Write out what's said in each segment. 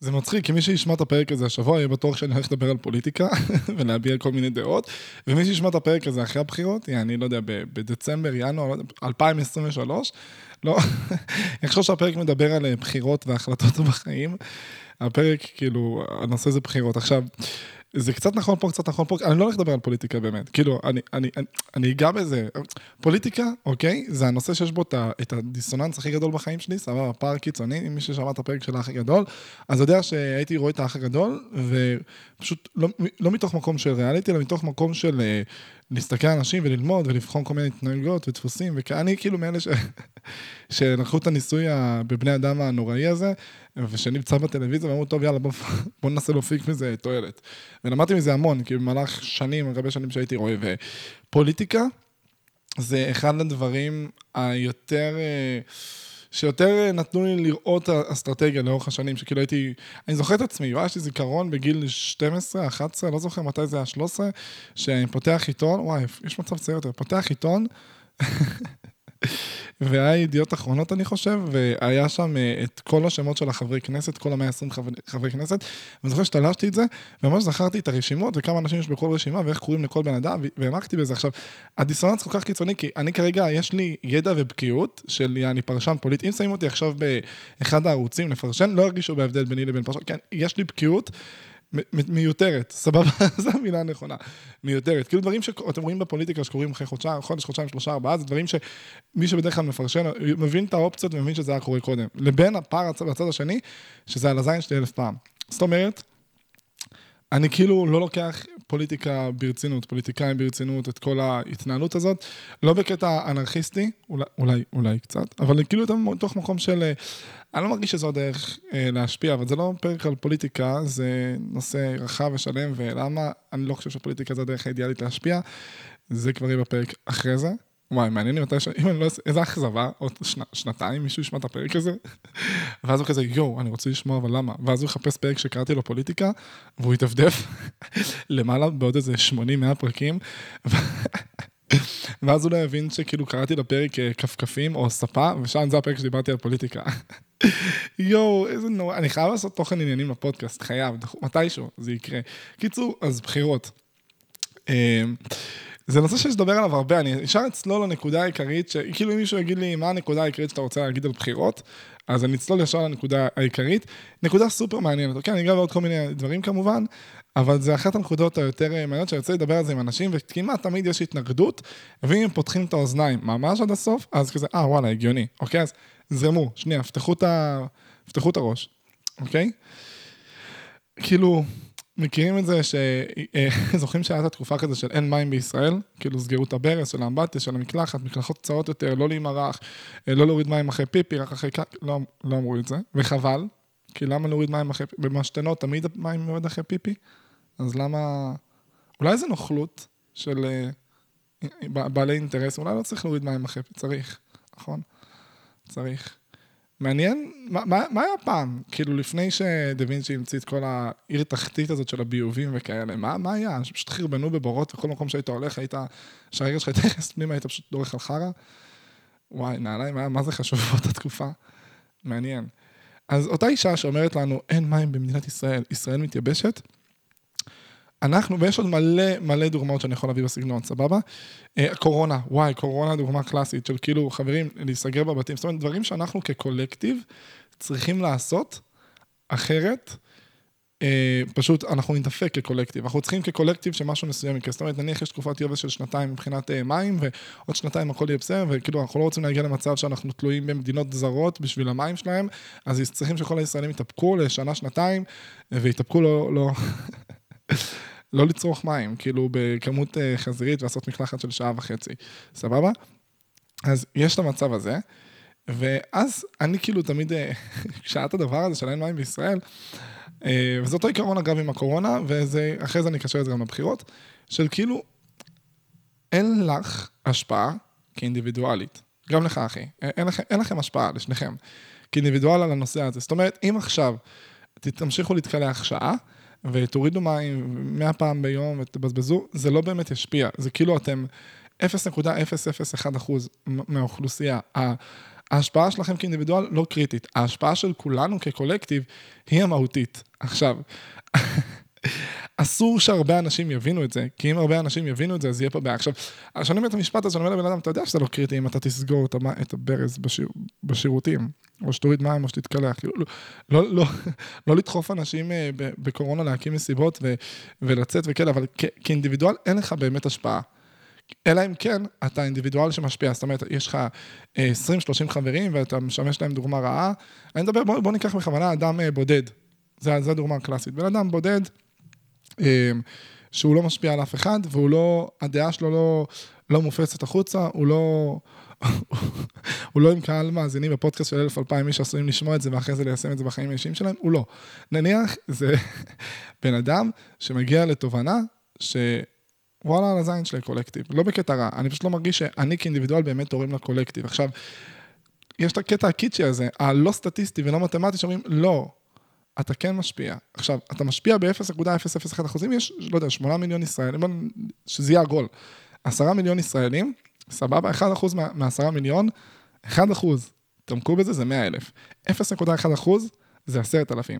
זה מצחיק, כי מי שישמע את הפרק הזה השבוע, יהיה בטוח שאני הולך לדבר על פוליטיקה, ולהביע כל מיני דעות, ומי שישמע את הפרק הזה אחרי הבחירות, אני לא יודע, בדצמבר, ינואר, 2023, לא, אני חושב שהפרק מדבר על בחירות והחלטות בחיים, הפרק, כאילו, הנושא זה בחירות. עכשיו, זה קצת נכון פה, קצת נכון פה, אני לא הולך לדבר על פוליטיקה באמת, כאילו, אני אגע בזה, פוליטיקה, אוקיי, זה הנושא שיש בו את הדיסוננס הכי גדול בחיים שלי, סבבה, פער קיצוני, מי ששמע את הפרק של האח הגדול, אז יודע שהייתי רואה את האח הגדול, ופשוט לא מתוך מקום של ריאליטי, אלא מתוך מקום של להסתכל על אנשים וללמוד, ולבחון כל מיני התנהגות ודפוסים, ואני כאילו מאלה שלקחו את הניסוי בבני אדם הנוראי הזה, ושנמצא בטלוויזיה, ואמרו, טוב, יאללה, בוא ננסה להפיק מזה תועלת. ולמדתי מזה המון, כי במהלך שנים, הרבה שנים שהייתי רואה, ופוליטיקה זה אחד הדברים היותר, שיותר נתנו לי לראות אסטרטגיה לאורך השנים, שכאילו הייתי, אני זוכר את עצמי, יש לי זיכרון בגיל 12, 11, לא זוכר מתי זה היה 13, שאני פותח עיתון, וואי, יש מצב צעיר יותר, פותח עיתון, והיה ידיעות אחרונות אני חושב, והיה שם את כל השמות של החברי כנסת, כל ה-120 חברי כנסת, ואני זוכר שתלשתי את זה, וממש זכרתי את הרשימות, וכמה אנשים יש בכל רשימה, ואיך קוראים לכל בן אדם, והעמקתי בזה. עכשיו, הדיסוננס כל כך קיצוני, כי אני כרגע, יש לי ידע ובקיאות, אני פרשן פוליטי, אם שמים אותי עכשיו באחד הערוצים לפרשן, לא הרגישו בהבדל ביני לבין פרשן, כן, יש לי בקיאות, מיותרת, סבבה, זו המילה הנכונה, מיותרת. כאילו דברים שאתם רואים בפוליטיקה שקורים אחרי חודש, חודשיים, 3, 4, זה דברים שמי שבדרך כלל מפרשן, מבין את האופציות ומבין שזה היה קורה קודם. לבין הפער בצד השני, שזה על הזין שלי 1000 פעם. זאת אומרת, אני כאילו לא לוקח פוליטיקה ברצינות, פוליטיקאים ברצינות, את כל ההתנהלות הזאת, לא בקטע אנרכיסטי, אולי קצת, אבל כאילו יותר מתוך מקום של, אני לא מרגיש שזו הדרך להשפיע, אבל זה לא פרק על פוליטיקה, זה נושא רחב ושלם, ולמה אני לא חושב שפוליטיקה זה הדרך האידיאלית להשפיע, זה כבר יהיה בפרק אחרי זה. וואי, מעניין אם אני לא אעשה, איזה אכזבה, עוד שנתיים מישהו ישמע את הפרק הזה, ואז הוא כזה, אני רוצה לשמוע, אבל למה? ואז הוא יחפש פרק שקראתי לו פוליטיקה, והוא יתפדף למעלה בעוד איזה 80-100 פרקים, ואז הוא לא יבין שכאילו קראתי לפרק כפכפים או ספה, ושם זה הפרק שדיברתי על פוליטיקה. איזה נורא, אני חייב לעשות תוכן עניינים לפודקאסט, חייב, מתישהו, זה יקרה. קיצור, אז בחירות. זה נושא שיש לדבר עליו הרבה, אני אשאר אצלול לנקודה העיקרית, שכאילו אם מישהו יגיד לי מה הנקודה העיקרית שאתה רוצה להגיד על בחירות, אז אני אצלול ישר לנקודה העיקרית, נקודה סופר מעניינת, אוקיי? אני אגע בעוד כל מיני דברים כמובן, אבל זה אחת הנקודות היותר מעניינות שאני רוצה לדבר על זה עם אנשים, וכמעט תמיד יש התנגדות, ואם הם פותחים את האוזניים ממש עד הסוף, אז כזה, וואלה, הגיוני, אוקיי? אז זרמו, שנייה, פתחו את הראש, אוקיי? כאילו, מכירים את זה שזוכרים שהיה את התקופה כזה של אין מים בישראל, כאילו סגרו את הברז של האמבטיה, של המקלחת, מקלחות קצרות יותר, לא להימרח, לא להוריד מים אחרי פיפי, רק אחרי לא אמרו את זה, וחבל, כי למה להוריד מים אחרי פיפי? במשתנות תמיד מים יורד אחרי פיפי, אז למה, אולי זה נוכלות של בעלי אינטרס, אולי לא צריך להוריד מים אחרי פיפי, צריך, נכון? צריך. מעניין, מה היה פעם? כאילו לפני שדווינצ'י המציא את כל העיר תחתית הזאת של הביובים וכאלה, מה היה? שפשוט חרבנו בבורות וכל מקום שהיית הולך, שהרגע שלך היית נכנס פנימה, היית פשוט דורך על חרה? וואי, נעליים, מה זה חשוב באותה תקופה? מעניין. אז אותה אישה שאומרת לנו, אין מים במדינת ישראל, ישראל מתייבשת, ויש עוד מלא דוגמאות שאני יכול להביא בסגנון, סבבה? קורונה, קורונה דוגמה קלאסית של כאילו חברים להיסגר בבתים, זאת אומרת דברים שאנחנו כקולקטיב צריכים לעשות, אחרת פשוט אנחנו נדפק כקולקטיב, אנחנו צריכים כקולקטיב שמשהו מסוים יקרה, זאת אומרת נניח יש תקופת יובש של 2 מבחינת מים, ועוד 2 הכל יהיה בסדר, וכאילו אנחנו לא רוצים להגיע למצב שאנחנו תלויים במדינות זרות בשביל המים שלהם, אז צריכים שכל הישראלים יתאפקו לשנה, 2, ויתאפקו לא לצרוך מים, כאילו בכמות חזירית לעשות מקלחת של 1.5 שעות, סבבה? אז יש את המצב הזה, ואז אני כאילו תמיד, כשאת הדבר הזה של אין מים בישראל, וזה אותו עיקרון אגב עם הקורונה, ואחרי זה אני אקשר את זה גם לבחירות, של כאילו, אין לך השפעה כאינדיבידואלית, גם לך אחי, אין לכם השפעה לשניכם, כאינדיבידואל על הנושא הזה, זאת אומרת, אם עכשיו תמשיכו להתקלח שעה, ותורידו מים 100 פעם ביום ותבזבזו, זה לא באמת ישפיע. זה כאילו אתם 0.001% מהאוכלוסייה. ההשפעה שלכם כאינדיבידואל לא קריטית. ההשפעה של כולנו כקולקטיב היא המהותית. עכשיו, אסור שהרבה אנשים יבינו את זה, כי אם הרבה אנשים יבינו את זה, אז יהיה פה בעיה. עכשיו, כשאני אומר את המשפט הזה, אני אומר לבן אדם, אתה יודע שזה לא קריטי אם אתה תסגור את הברז בשירותים, או שתוריד מים, או שתתקלח. לא לדחוף אנשים בקורונה להקים מסיבות ולצאת וכאלה, אבל כאינדיבידואל אין לך באמת השפעה. אלא אם כן, אתה אינדיבידואל שמשפיע, זאת אומרת, יש לך 20-30 חברים, ואתה משמש להם דוגמה רעה. אני מדבר, בוא ניקח בכוונה אדם בודד. זה הדוגמה הקלאסית. בן אדם בודד, שהוא לא משפיע על אף אחד, הדעה שלו לא מופצת החוצה, הוא לא עם קהל מאזינים בפודקאסט של 1,000-2,000 איש עשויים לשמוע את זה, ואחרי זה ליישם את זה בחיים האישיים שלהם, הוא לא. נניח, זה בן אדם שמגיע לתובנה, וואלה, על הזין שלי קולקטיב. לא בקטע רע, אני פשוט לא מרגיש שאני כאינדיבידואל באמת תורם לקולקטיב. עכשיו, יש את הקטע הקיצ'י הזה, הלא סטטיסטי ולא מתמטי, שאומרים, לא, אתה כן משפיע. עכשיו, אתה משפיע ב-0.001%, יש, לא יודע, 8 מיליון ישראלים, שזה יהיה הגול. 10 מיליון ישראלים, סבבה, 1% מה-10 מיליון, 1%, תמקו בזה, זה 100,000. 0.1% זה 10,000.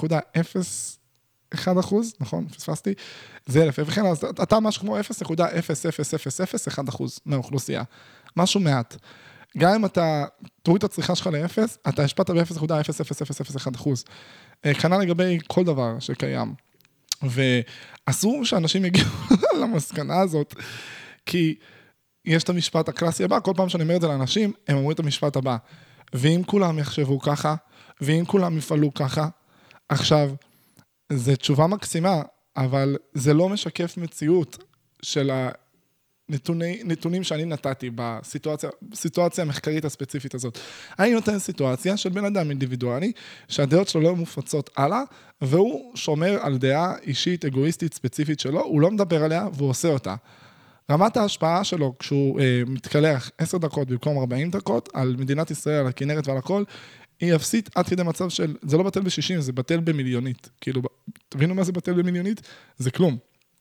0.01%, נכון? פספסתי, זה 1,000. וכן, אז אתה משהו כמו 0.00001% מהאוכלוסייה. משהו מעט. גם אם אתה תוריד את הצריכה שלך ל-0, אתה השפעת ב-0.00001%. כנ"ל לגבי כל דבר שקיים. ואסור שאנשים יגיעו למסקנה הזאת, כי יש את המשפט הקלאסי הבא, כל פעם שאני אומר את זה לאנשים, הם אומרים את המשפט הבא. ואם כולם יחשבו ככה, ואם כולם יפעלו ככה, עכשיו, זו תשובה מקסימה, אבל זה לא משקף מציאות של נתונים שאני נתתי בסיטואציה המחקרית הספציפית הזאת. אני נותן סיטואציה של בן אדם אינדיבידואלי, שהדעות שלו לא מופצות הלאה, והוא שומר על דעה אישית, אגואיסטית, ספציפית שלו, הוא לא מדבר עליה והוא עושה אותה. רמת ההשפעה שלו, כשהוא מתקלח 10 דקות במקום 40 דקות, על מדינת ישראל, על הכנרת ועל הכל, היא אפסית עד כדי מצב של, זה לא בטל ב-60, זה בטל במיליונית. כאילו, תבינו מה זה בטל במיליונית? זה כלום.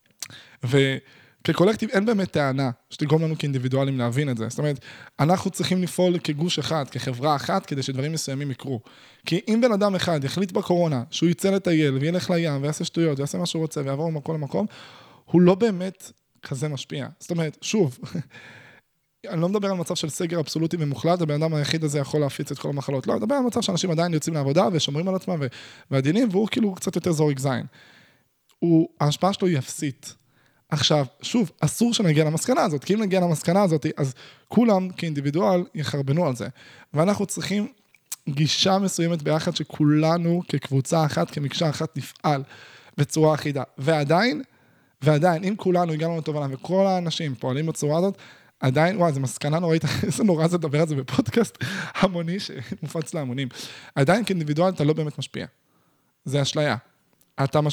כקולקטיב אין באמת טענה שתגרום לנו כאינדיבידואלים להבין את זה. זאת אומרת, אנחנו צריכים לפעול כגוש אחד, כחברה אחת, כדי שדברים מסוימים יקרו. כי אם בן אדם אחד יחליט בקורונה שהוא יצא לטייל וילך לים ויעשה שטויות ויעשה מה שהוא רוצה ויעבור ממקום למקום, הוא לא באמת כזה משפיע. זאת אומרת, שוב, אני לא מדבר על מצב של סגר אבסולוטי ומוחלט, הבן אדם היחיד הזה יכול להפיץ את כל המחלות. לא, אני מדבר על מצב שאנשים עדיין יוצאים לעבודה ושומרים על עצמם ועדינים, והוא כאילו קצת יותר זורק זין. ההשפעה שלו היא אפסית. עכשיו, שוב, אסור שנגיע למסקנה הזאת, כי אם נגיע למסקנה הזאת, אז כולם כאינדיבידואל יחרבנו על זה. ואנחנו צריכים גישה מסוימת ביחד שכולנו כקבוצה אחת, כמקשה אחת נפעל בצורה אחידה. ועדיין, אם כולנו הגענו לתובנה וכל האנשים פועלים בצורה הזאת, עדיין, וואי, זו מסקנה נוראית, איזה נורא זה לדבר על זה בפודקאסט המוני שמופץ להמונים. עדיין כאינדיבידואל אתה לא באמת משפיע. זה אשליה. אתה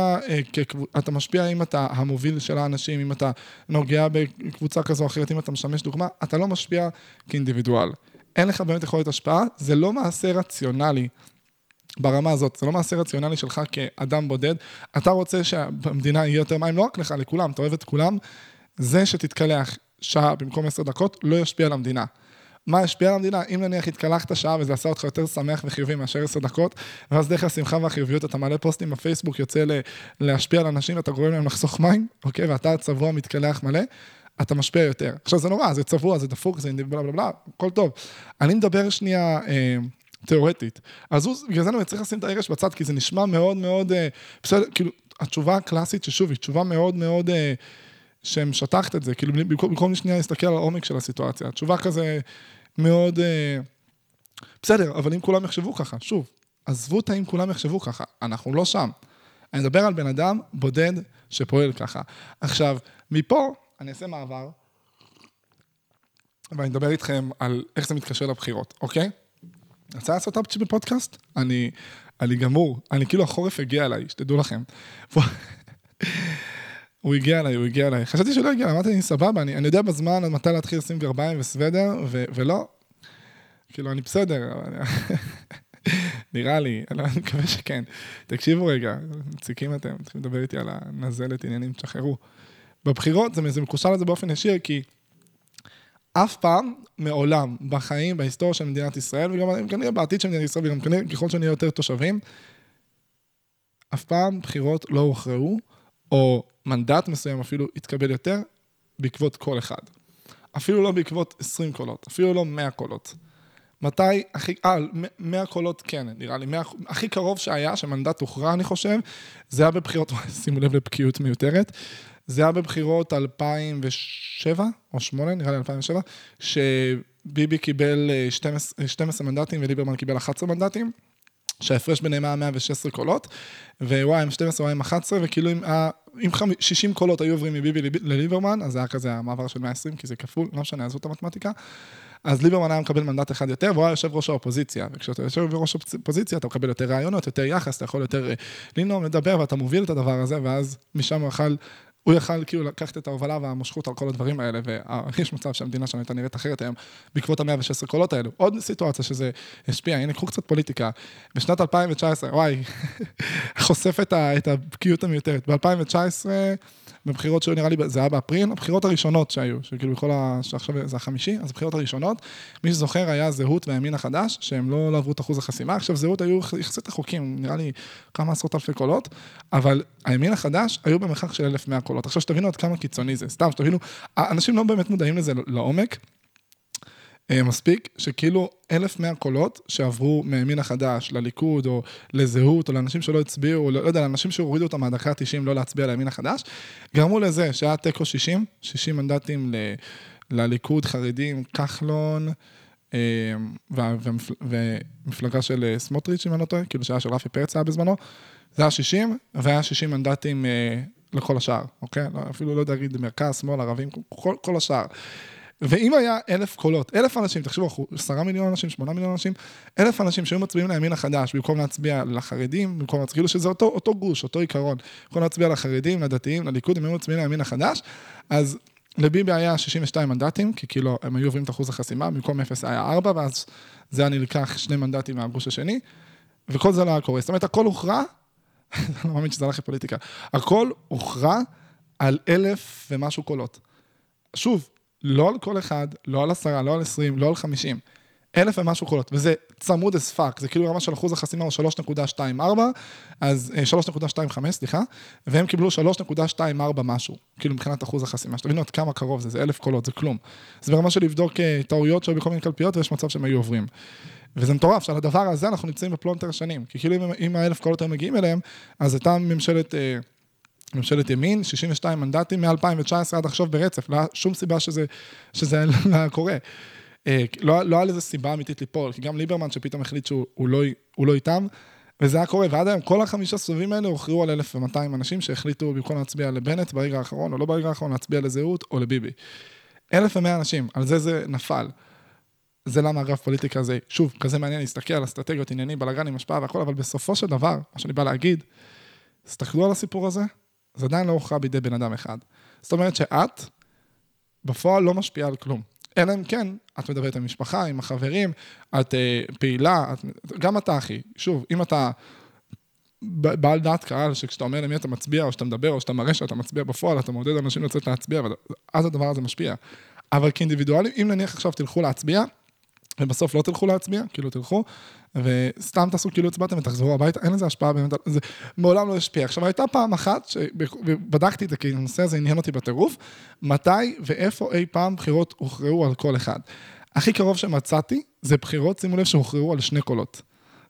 משפיע אם אתה המוביל של האנשים, אם אתה נוגע בקבוצה כזו או אחרת, אם אתה משמש דוגמה, אתה לא משפיע כאינדיבידואל. אין לך באמת יכולת השפעה, זה לא מעשה רציונלי ברמה הזאת, זה לא מעשה רציונלי שלך כאדם בודד, אתה רוצה שבמדינה יהיה יותר מים, לא רק לך, לכולם, אתה אוהב את כולם, זה שתתקלח שעה במקום 10 דקות, לא ישפיע על המדינה. מה ישפיע על המדינה? אם נניח התקלחת שעה וזה עשה אותך יותר שמח וחיובי מאשר 10 דקות, ואז דרך השמחה והחיוביות אתה מעלה פוסטים בפייסבוק, יוצא להשפיע על אנשים ואתה גורם להם לחסוך מים, אוקיי? ואתה צבוע מתקלח מלא, אתה משפיע יותר. עכשיו זה נורא, זה צבוע, זה דפוק, זה בלה בלה בלה, הכל טוב. אני מדבר שנייה תיאורטית. אז בגלל זה אני צריך לשים את הרגש בצד, כי זה נשמע מאוד מאוד, בסדר, כאילו, התשובה הקלאסית ששוב, היא תשובה מאוד מאוד שמשטחת את זה, כאילו במקום שנייה להסתכל על העומק של הסיטואציה. התשובה כזה מאוד, בסדר, אבל אם כולם יחשבו ככה, שוב, עזבו אותה אם כולם יחשבו ככה, אנחנו לא שם. אני מדבר על בן אדם בודד שפועל ככה. עכשיו, מפה אני אעשה מעבר, ואני אדבר איתכם על איך זה מתקשר לבחירות, אוקיי? רוצה לעשות אפצ'י בפודקאסט? אני גמור, אני כאילו החורף הגיע אליי, שתדעו לכם. הוא הגיע אליי. חשבתי שלא הגיע, אמרתי, אני סבבה, אני יודע בזמן מתי להתחיל לשים גרביים וסוודר, ולא. כאילו, אני בסדר. נראה לי, אני מקווה שכן. תקשיבו רגע, מציקים אתם, צריכים לדבר איתי על הנזלת עניינים, תשחררו. בבחירות, זה מקושר לזה באופן ישיר, כי אף פעם, מעולם, בחיים, בהיסטוריה של מדינת ישראל, וגם כנראה בעתיד של מדינת ישראל, וגם כנראה ככל שנהיה יותר תושבים, אף פעם בחירות לא הוכרעו, או מנדט מסוים אפילו התקבל יותר, בעקבות קול אחד. אפילו לא בעקבות 20 קולות, אפילו לא 100 קולות. מתי, 100 קולות כן, נראה לי, הכי קרוב שהיה, שמנדט הוכרע, אני חושב, זה היה בבחירות, שימו לב לבקיאות מיותרת, זה היה בבחירות 2007, או 8, נראה לי 2007, שביבי קיבל 12 מנדטים, וליברמן קיבל 11 מנדטים, שההפרש ביניהם היה 116 קולות, ווואי, עם 12 וואי עם 11, וכאילו אם 60 קולות היו עוברים מביבי לליברמן, אז זה היה כזה המעבר של 120, כי זה כפול, לא משנה, עזבו את המתמטיקה, אז ליברמן היה מקבל מנדט אחד יותר, והוא היה יושב ראש האופוזיציה, וכשאתה יושב ראש האופוזיציה, אתה מקבל יותר רעיונות, יותר יחס, אתה יכול יותר לנאום, לדבר, ואתה מוביל את הדבר הזה, ואז משם הוא יכל כאילו לקחת את ההובלה והמושכות על כל הדברים האלה, ויש מצב שהמדינה שלנו הייתה נראית אחרת היום, בעקבות ה-116 קולות האלו. עוד סיטואציה שזה השפיע, הנה, קחו קצת פוליטיקה. בשנת 2019, וואי, חושף את הבקיאות המיותרת. ב-2019, בבחירות שהיו נראה לי, זה היה באפריל, הבחירות הראשונות שהיו, שכאילו שעכשיו זה החמישי, אז הבחירות הראשונות, מי שזוכר היה זהות והימין החדש, שהם לא עברו את אחוז החסימה, עכשיו זהות היו יחסית רחוקים, נראה לי כמה עשרות אלפי קולות, אבל הימין החדש היו במרחק של 1,100 קולות. עכשיו שתבינו עד כמה קיצוני זה, סתם שתבינו, אנשים לא באמת מודעים לזה לעומק, מספיק שכאילו 1,100 קולות שעברו מהימין החדש לליכוד או לזהות או לאנשים שלא הצביעו, או לא יודע, לאנשים שהורידו אותם מהדקה ה-90 לא להצביע לימין החדש, גרמו לזה שהיה טקו 60 מנדטים לליכוד, חרדים, כחלון, ומפלגה של סמוטריץ' אם אני לא טועה, כאילו שהיה של רפי פרץ היה בזמנו, זה היה 60, והיה 60 מנדטים לכל השאר, אוקיי? אפילו לא יודע להגיד מרכז, שמאל, ערבים, כל השאר. ואם היה 1,000 קולות, 1,000 אנשים, תחשבו, 10 מיליון אנשים, 8 מיליון אנשים, 1,000 אנשים שהיו מצביעים לימין החדש, במקום להצביע לחרדים, במקום להצביע, כאילו שזה אותו גוש, אותו עיקרון, במקום להצביע לחרדים, לדתיים, לליכוד, הם היו מצביעים לימין החדש, אז לביבי היה 62 מנדטים, כי כאילו הם היו עוברים את אחוז החסימה, במקום 0 היה 4, ואז זה היה נלקח 2 מנדטים מהגוש השני, וכל זה לא היה קורה. זאת אומרת, הכל הוכרע, אני לא מאמין שזה הלך לפוליטיקה, הכל הוכרע על 1,000 ומשהו קולות. שוב, לא על כל אחד, לא על 10, לא על 20, לא על 50, 1,000 ומשהו קולות, וזה צמוד as fuck, זה כאילו רמה של אחוז החסימה הוא 3.24, אז 3.25, סליחה, והם קיבלו 3.24 משהו, כאילו מבחינת אחוז החסימה, שתבינו עד כמה קרוב זה 1,000 קולות, זה כלום. זה ברמה של לבדוק טעויות שהיו בכל מיני קלפיות, ויש מצב שהם היו עוברים. וזה מטורף, שעל הדבר הזה אנחנו נמצאים בפלונטר שנים, כי כאילו אם ה1,000 קולות היו מגיעים אליהם, אז הייתה ממשלת ימין, 62 מנדטים, מ-2019 עד עכשיו ברצף, לא היה שום סיבה שזה לא קורה. לא היה לזה סיבה אמיתית ליפול, כי גם ליברמן שפתאום החליט שהוא לא איתם, וזה היה קורה, ועד היום כל 5 סבבים האלה הוכריעו על 1,200 אנשים שהחליטו במקום להצביע לבנט ברגע האחרון, או לא ברגע האחרון, להצביע לזהות או לביבי. 1,100 אנשים, על זה נפל. זה למה אגב פוליטיקה זה, שוב, כזה מעניין להסתכל על אסטרטגיות, עניינים, בלגנים, השפעה והכל, אבל בסופו של דבר, מה שאני בא להגיד, תסתכלו על הסיפור הזה, זה עדיין לא הוכרע בידי בן אדם אחד. זאת אומרת שאת, בפועל לא משפיעה על כלום. אלא אם כן, את מדברת עם משפחה, עם החברים, את פעילה, גם אתה אחי. שוב, אם אתה בעל דעת קהל, שכשאתה אומר למי אתה מצביע, או שאתה מדבר, או שאתה מראה שאתה מצביע בפועל, אתה מעודד אנשים לצאת להצביע, אז הדבר הזה משפיע. אבל כאינדיבידואלים, אם נניח עכשיו תלכו להצביע, ובסוף לא תלכו להצביע, כאילו תלכו, וסתם תעשו כאילו הצבעתם ותחזרו הביתה, אין לזה השפעה באמת, זה מעולם לא השפיע. עכשיו, הייתה פעם אחת, שבדקתי את זה, כי הנושא הזה עניין אותי בטירוף, מתי ואיפה אי פעם בחירות הוכרעו על כל אחד. הכי קרוב שמצאתי, זה בחירות, שימו לב, שהוכרעו על 2 קולות.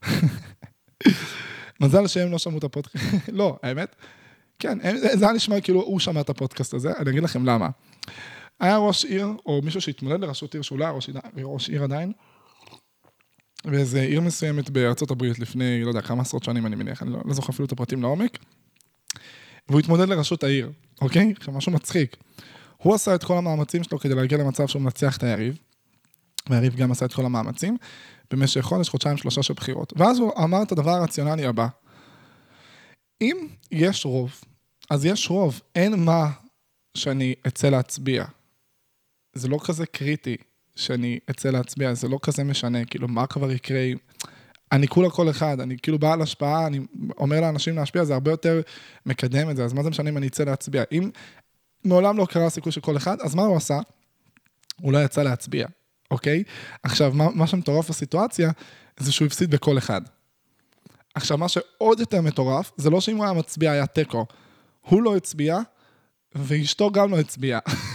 מזל שהם לא שמעו את הפודקאסט. לא, האמת, כן, זה היה נשמע כאילו הוא שמע את הפודקאסט הזה, אני אגיד לכם למה. היה ראש עיר, או מישהו שהתמודד לראשות עיר, שאולי ראש עיר עדיין, ואיזה עיר מסוימת בארצות הברית לפני, לא יודע, כמה עשרות שנים אני מניח, אני לא זוכר אפילו את הפרטים לעומק, והוא התמודד לראשות העיר, אוקיי? עכשיו, משהו מצחיק. הוא עשה את כל המאמצים שלו כדי להגיע למצב שהוא מנצח את היריב, והיריב גם עשה את כל המאמצים, במשך חודש, חודשיים, 3 של בחירות. ואז הוא אמר את הדבר הרציונלי הבא. אם יש רוב, אז יש רוב, אין מה שאני אצא להצביע. זה לא כזה קריטי שאני אצא להצביע, זה לא כזה משנה, כאילו מה כבר יקרה, אני כולה כל אחד, אני כאילו בעל השפעה, אני אומר לאנשים להשפיע, זה הרבה יותר מקדם את זה, אז מה זה משנה אם אני אצא להצביע? אם מעולם לא קרה סיכוי של כל אחד, אז מה הוא עשה? הוא לא יצא להצביע, אוקיי? עכשיו, מה שמטורף בסיטואציה, זה שהוא הפסיד בכל אחד. עכשיו, מה שעוד יותר מטורף, זה לא שאם הוא היה מצביע, היה טקו. הוא לא הצביע, ואשתו גם לא הצביעה.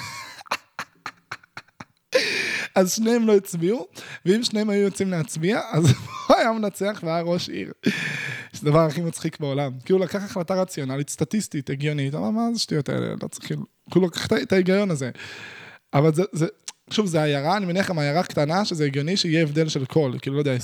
אז שניהם לא הצביעו, ואם שניהם היו יוצאים להצביע, אז הוא היה מנצח והיה ראש עיר. זה הדבר הכי מצחיק בעולם. כי הוא לקח החלטה רציונלית, סטטיסטית, הגיונית, אמר, מה זה שטויות האלה? לא צריכים, הוא לקח את ההיגיון הזה. אבל שוב, זה עיירה, אני מניח גם עיירה קטנה, שזה הגיוני שיהיה הבדל של קול, כאילו, לא יודע,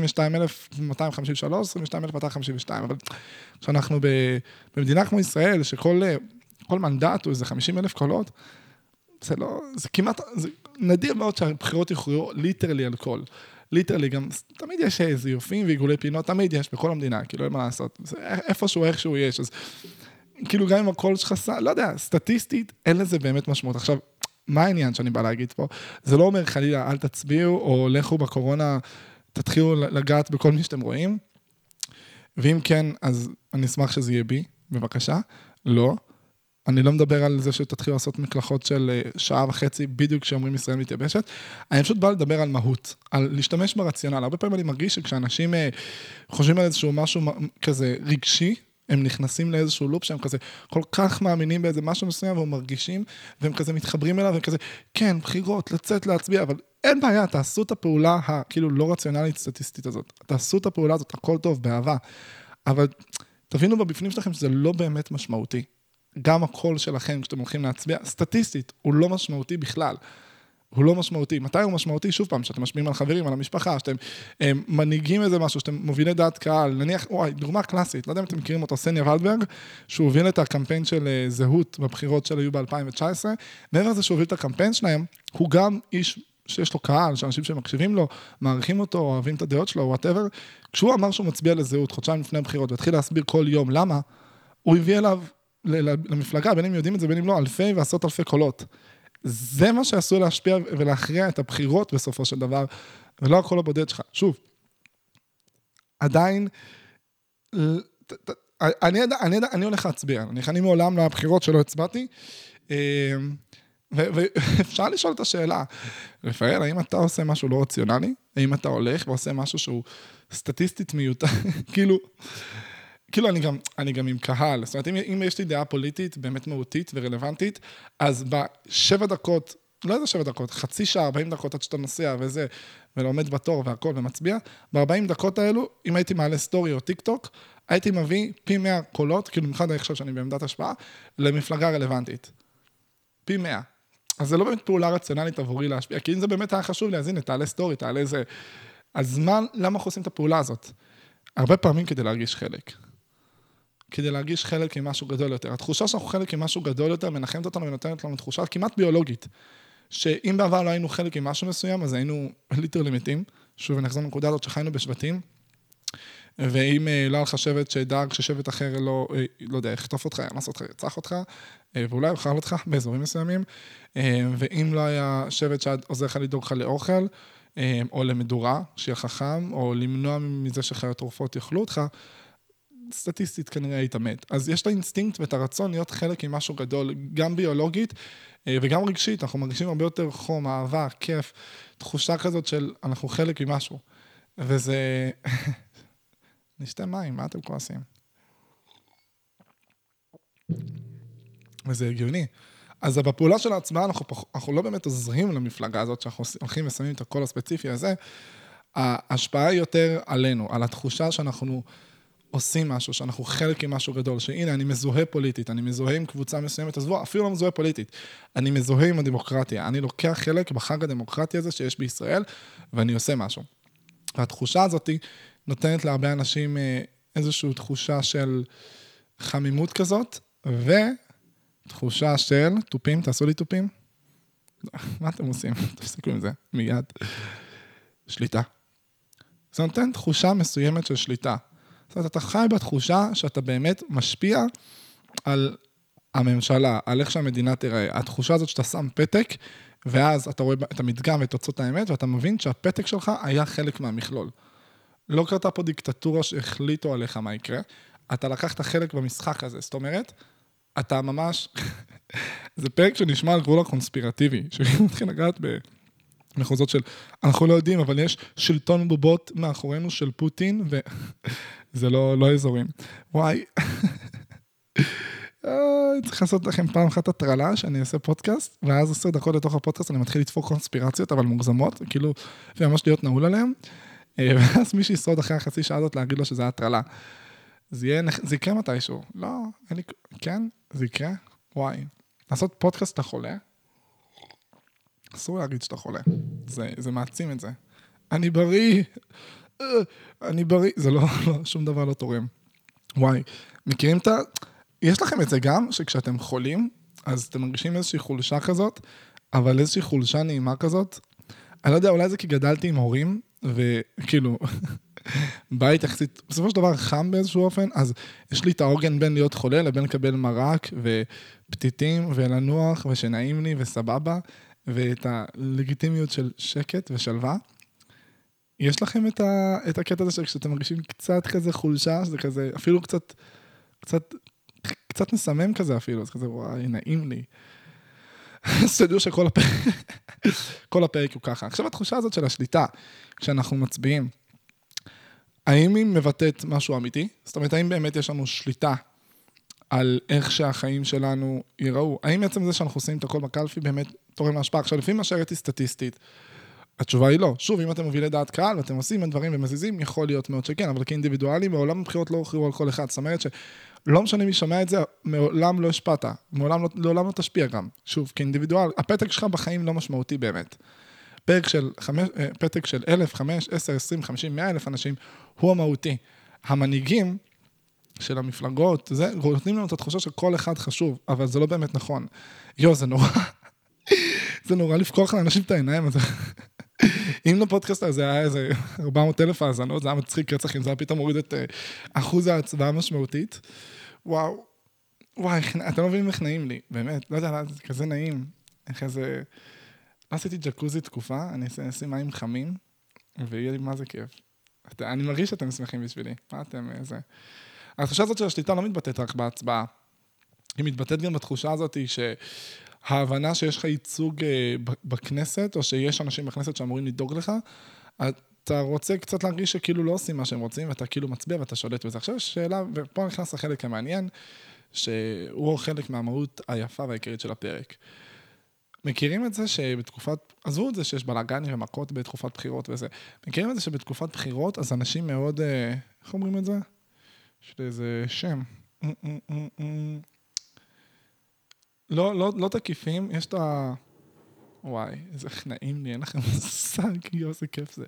22,253, 22,252, אבל כשאנחנו במדינה כמו ישראל, שכל מנדט הוא איזה 50,000 קולות, זה לא, זה כמעט, זה נדיר מאוד שהבחירות יכולו ליטרלי על קול. ליטרלי גם, תמיד יש איזה יופים ועיגולי פינות, תמיד יש בכל המדינה, כאילו, אין מה לעשות. זה איכשהו יש, אז כאילו גם אם הקול שלך, לא יודע, סטטיסטית, אין לזה באמת משמעות. עכשיו, מה העניין שאני בא להגיד פה? זה לא אומר חלילה, אל תצביעו, או לכו בקורונה, תתחילו לגעת בכל מי שאתם רואים, ואם כן, אז אני אשמח שזה יהיה בי, בבקשה. לא. אני לא מדבר על זה שתתחילו לעשות מקלחות של שעה וחצי, בדיוק כשאומרים ישראל מתייבשת. אני פשוט בא לדבר על מהות, על להשתמש ברציונל. הרבה פעמים אני מרגיש שכשאנשים חושבים על איזשהו משהו כזה רגשי, הם נכנסים לאיזשהו לופ שהם כזה כל כך מאמינים באיזה משהו מסוים, והם מרגישים, והם כזה מתחברים אליו, והם כזה, כן, בחירות, לצאת להצביע, אבל אין בעיה, תעשו את הפעולה הכאילו לא רציונלית סטטיסטית הזאת. תעשו את הפעולה הזאת, הכל טוב, באהבה. אבל תבינו בבפנים שלכם שזה לא באמת משמעותי. גם הקול שלכם, כשאתם הולכים להצביע, סטטיסטית, הוא לא משמעותי בכלל. הוא לא משמעותי. מתי הוא משמעותי? שוב פעם, שאתם משפיעים על חברים, על המשפחה, שאתם מנהיגים איזה משהו, שאתם מובילי דעת קהל, נניח, דוגמה קלאסית, לא יודע אם אתם מכירים אותו, סניה ולדברג, שהוא הוביל את הקמפיין של זהות בבחירות שהיו ב-2019, מעבר לזה שהוא הוביל את הקמפיין שלהם, הוא גם איש שיש לו קהל, שאנשים שמקשיבים לו, מעריכים אותו, אוהבים את הדעות שלו, whatever. כשהוא אמר שהוא מצביע לזהות, חודשיים לפני הבחירות, והתחיל להסביר כל יום למה, הוא הביא אליו למפלגה, בין אם יודעים את זה, בין אם לא, אלפי ועשרות אלפי קולות. זה מה שעשוי להשפיע ולהכריע את הבחירות בסופו של דבר, ולא הכל הבודד שלך. שוב, עדיין, אני הולך להצביע, אני מעולם לבחירות שלא הצבעתי, ואפשר לשאול את השאלה, רפאל, האם אתה עושה משהו לא רציונלי? האם אתה הולך ועושה משהו שהוא סטטיסטית מיותר? כאילו אני גם עם קהל, זאת אומרת, אם יש לי דעה פוליטית באמת מהותית ורלוונטית, אז ב7 דקות, לא איזה 7 דקות, חצי שעה, 40 דקות עד שאתה נוסע וזה, ולעומד בתור והכל ומצביע, ב40 דקות האלו, אם הייתי מעלה סטורי או טיק טוק, הייתי מביא פי 100 קולות, כאילו מחד אני חושב שאני בעמדת השפעה, למפלגה רלוונטית. פי 100. אז זה לא באמת פעולה רציונלית עבורי להשפיע, כי אם זה באמת היה חשוב לי, אז הנה, תעלה סטורי, תעלה איזה... אז למה אנחנו עושים את הפעולה הזאת? הרבה פעמים כדי להרגיש חלק. כדי להרגיש חלק עם משהו גדול יותר. התחושה שאנחנו חלק עם משהו גדול יותר, מנחמת אותנו ונותנת לנו תחושה כמעט ביולוגית, שאם בעבר לא היינו חלק עם משהו מסוים, אז היינו ליטרלי מתים, שוב נחזור לנקודה הזאת שחיינו בשבטים, ואם לא היה לך שבט שדאג ששבט אחר לא יודע, יחטוף אותך, יאנס אותך, ירצח אותך, ואולי יאכל אותך באזורים מסוימים, ואם לא היה שבט שעוזר לך לדאוג לך לאוכל, או למדורה, שיהיה חכם, או למנוע מזה שחיות טורפות יאכלו אותך, סטטיסטית כנראה היית מת. אז יש את האינסטינקט ואת הרצון להיות חלק עם משהו גדול, גם ביולוגית וגם רגשית. אנחנו מרגישים הרבה יותר חום, אהבה, כיף, תחושה כזאת של אנחנו חלק עם משהו. וזה... נשתה מים, מה אתם כועסים? וזה הגיוני. אז בפעולה של ההצבעה אנחנו לא באמת עוזרים למפלגה הזאת, שאנחנו הולכים ושמים את הקול הספציפי הזה. ההשפעה היא יותר עלינו, על התחושה שאנחנו עושים משהו, שאנחנו חלק עם משהו גדול, שהנה, אני מזוהה פוליטית, אני מזוהה עם קבוצה מסוימת, אז בוא, אפילו לא מזוהה פוליטית, אני מזוהה עם הדמוקרטיה, אני לוקח חלק בחג הדמוקרטיה הזה שיש בישראל, ואני עושה משהו. והתחושה הזאת נותנת להרבה אנשים איזושהי תחושה של חמימות כזאת, ותחושה של טופים, תעשו לי טופים. מה אתם עושים? תפסיקו עם זה, מיד. שליטה. זה נותן תחושה מסוימת של שליטה. זאת אומרת, אתה חי בתחושה שאתה באמת משפיע על הממשלה, על איך שהמדינה תראה. התחושה הזאת שאתה שם פתק, ואז אתה רואה את המדגם ואת תוצאות האמת, ואתה מבין שהפתק שלך היה חלק מהמכלול. לא קרתה פה דיקטטורה שהחליטו עליך מה יקרה, אתה לקחת חלק במשחק הזה, זאת אומרת, אתה ממש... זה פרק שנשמע על גבול הקונספירטיבי, שאני מתחיל לגעת מחוזות של, אנחנו לא יודעים, אבל יש שלטון בובות מאחורינו של פוטין, וזה לא אזורים. וואי, צריך לעשות לכם פעם אחת הטרלה, שאני אעשה פודקאסט, ואז 10 דקות לתוך הפודקאסט, אני מתחיל לתפור קונספירציות, אבל מוגזמות, כאילו, וממש להיות נעול עליהם, ואז מי שישרוד אחרי החצי שעה הזאת, להגיד לו שזה היה הטרלה. זה יקרה מתישהו. לא, כן, זה יקרה. וואי. לעשות פודקאסט לחולה, אסור להגיד שאתה חולה. זה מעצים את זה. אני בריא, זה לא, שום דבר לא תורם. וואי, מכירים יש לכם את זה גם, שכשאתם חולים, אז אתם מרגישים איזושהי חולשה כזאת, אבל איזושהי חולשה נעימה כזאת. אני לא יודע, אולי זה כי גדלתי עם הורים, וכאילו, בית יחסית, בסופו של דבר חם באיזשהו אופן, אז יש לי את האורגן בין להיות חולה, לבין לקבל מרק, ופתיתים, ולנוח, ושנעים לי, וסבבה, ואת הלגיטימיות של שקט ושלווה. יש לכם את הקטע הזה שכשאתם מרגישים קצת כזה חולשה, שזה כזה, אפילו קצת מסמם כזה אפילו, זה כזה, וואי, נעים לי. אז תדעו שכל הפרק הוא ככה. עכשיו התחושה הזאת של השליטה, כשאנחנו מצביעים, האם היא מבטאת משהו אמיתי? זאת אומרת, האם באמת יש לנו שליטה על איך שהחיים שלנו ייראו? האם בעצם זה שאנחנו עושים את הכל בקלפי באמת תורם להשפעה? עכשיו, לפי מה שהראיתי סטטיסטית, התשובה היא לא. שוב, אם אתם מובילי דעת קהל ואתם עושים את דברים ומזיזים, יכול להיות מאוד שכן, אבל כאינדיבידואלים, בעולם הבחירות לא הוכריעו על כל אחד. זאת אומרת שלא משנה מי שומע את זה, מעולם לא השפעת, לעולם לא תשפיע גם. שוב, כאינדיבידואל, הפתק שלך בחיים לא משמעותי באמת. פתק של 1,000, 5, 10, 20, 50, 100,000 אנשים, הוא המהותי. המנהיגים של המפלגות, נותנים לנו את התחושה שכל אחד חשוב, אבל זה לא באמת נכון. זה נורא. זה נורא לפקוח לאנשים את העיניים, אז אם לפודקאסט הזה היה איזה 400,000 האזנות, זה היה מצחיק רצח, אם זה היה פתאום מוריד את אחוז ההצבעה המשמעותית. וואו, אתם לא מבינים איך נעים לי, באמת, לא יודע, זה כזה נעים, איך איזה... עשיתי ג'קוזי תקופה, אני אשים מים חמים, ויהיה לי מה זה כיף. אני מרגיש שאתם שמחים בשבילי, מה אתם איזה... התחושה הזאת של השליטה לא מתבטאת רק בהצבעה, היא מתבטאת גם בתחושה הזאת שההבנה שיש לך ייצוג בכנסת, או שיש אנשים בכנסת שאמורים לדאוג לך, אתה רוצה קצת להרגיש שכאילו לא עושים מה שהם רוצים, ואתה כאילו מצביע ואתה שולט בזה. עכשיו יש שאלה, ופה נכנס החלק המעניין, שהוא חלק מהמהות היפה והעיקרית של הפרק. מכירים את זה שבתקופת, עזבו את זה שיש בלאגנים ומכות בתקופת בחירות וזה, מכירים את זה שבתקופת בחירות, אז אנשים מאוד, איך אומרים את זה? יש לי איזה שם. לא תקיפים, יש את ה... וואי, איזה נעים לי, אין לכם מושג, איזה כיף זה.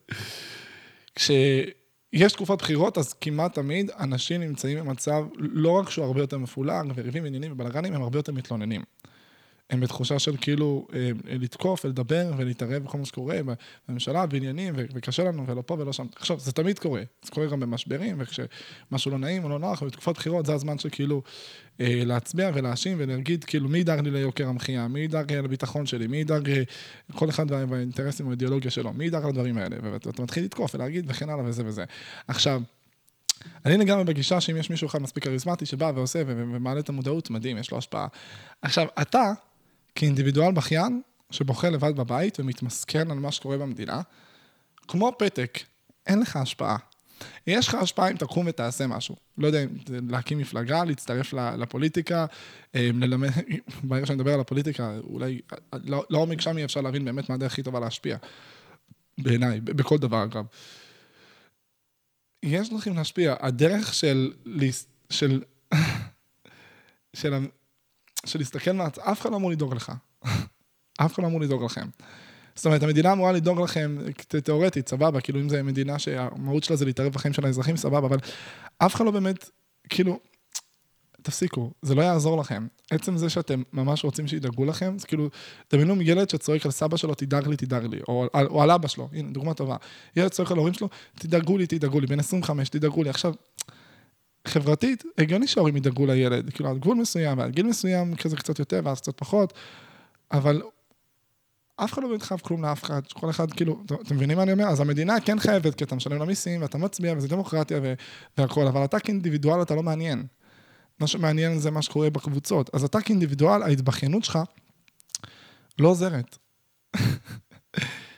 כשיש תקופת בחירות, אז כמעט תמיד אנשים נמצאים במצב, לא רק שהוא הרבה יותר מפולג, וריבים עניינים ובלאגנים, הם הרבה יותר מתלוננים. הם בתחושה של כאילו לתקוף ולדבר ולהתערב בכל מה שקורה בממשלה, בעניינים, וקשה לנו ולא פה ולא שם. עכשיו, זה תמיד קורה. זה קורה גם במשברים, וכשמשהו לא נעים או לא נוח, ובתקופת בחירות זה הזמן שכאילו להצביע ולהאשים ולהגיד כאילו מי ידאג לי ליוקר המחיה, מי ידאג לביטחון שלי, מי ידאג כל אחד והאינטרסים או האידיאולוגיה שלו, מי ידאג לדברים האלה, ואתה מתחיל לתקוף ולהגיד וכן הלאה וזה וזה. עכשיו, אני לגמרי בגישה שאם יש מישהו אחד מספיק כריזמטי שבא ועושה ומעלה את המודעות, מדהים, יש לו השפעה. עכשיו, אתה כאינדיבידואל בכיין, שבוחר לבד בבית ומתמסכן על מה שקורה במדינה, כמו פתק, אין לך השפעה. יש לך השפעה אם תקום ותעשה משהו. לא יודע, להקים מפלגה, להצטרף לפוליטיקה, ללמד, ברגע שאני מדבר על הפוליטיקה, אולי, לא משם אפשר להבין באמת מה הדרך הכי טובה להשפיע. בעיניי, בכל דבר אגב. יש לכם להשפיע. הדרך של להסתכל מעט, אף אחד לא אמור לדאוג לך. אף אחד לא אמור לדאוג לכם. זאת אומרת, המדינה אמורה לדאוג לכם, תיאורטית, סבבה, כאילו אם זה מדינה שהמהות שלה זה להתערב בחיים של האזרחים, סבבה, אבל אף אחד לא באמת, כאילו, תפסיקו, זה לא יעזור לכם. עצם זה שאתם ממש רוצים שידאגו לכם, זה כאילו, דמיינו ילד שצועק על סבא שלו, תדאג לי, או על אבא שלו, הנה, דוגמה טובה. ילד צועק על ההורים שלו, תדאגו לי, בין 25, תדאגו לי. עכשיו, חברתית, הגיוני שההורים ידאגו לילד, כאילו, על גבול מסוים, ועל גיל מסוים, כזה קצת יותר, ואז קצת פחות, אבל אף אחד לא באמת חייב כלום לאף אחד, כל אחד, כאילו, אתם מבינים מה אני אומר? אז המדינה כן חייבת, כי אתה משלם למיסים, ואתה מצביע, וזה דמוקרטיה והכל, אבל אתה כאינדיבידואל, אתה לא מעניין. מה שמעניין זה מה שקורה בקבוצות. אז אתה כאינדיבידואל, ההתבחיינות שלך לא עוזרת.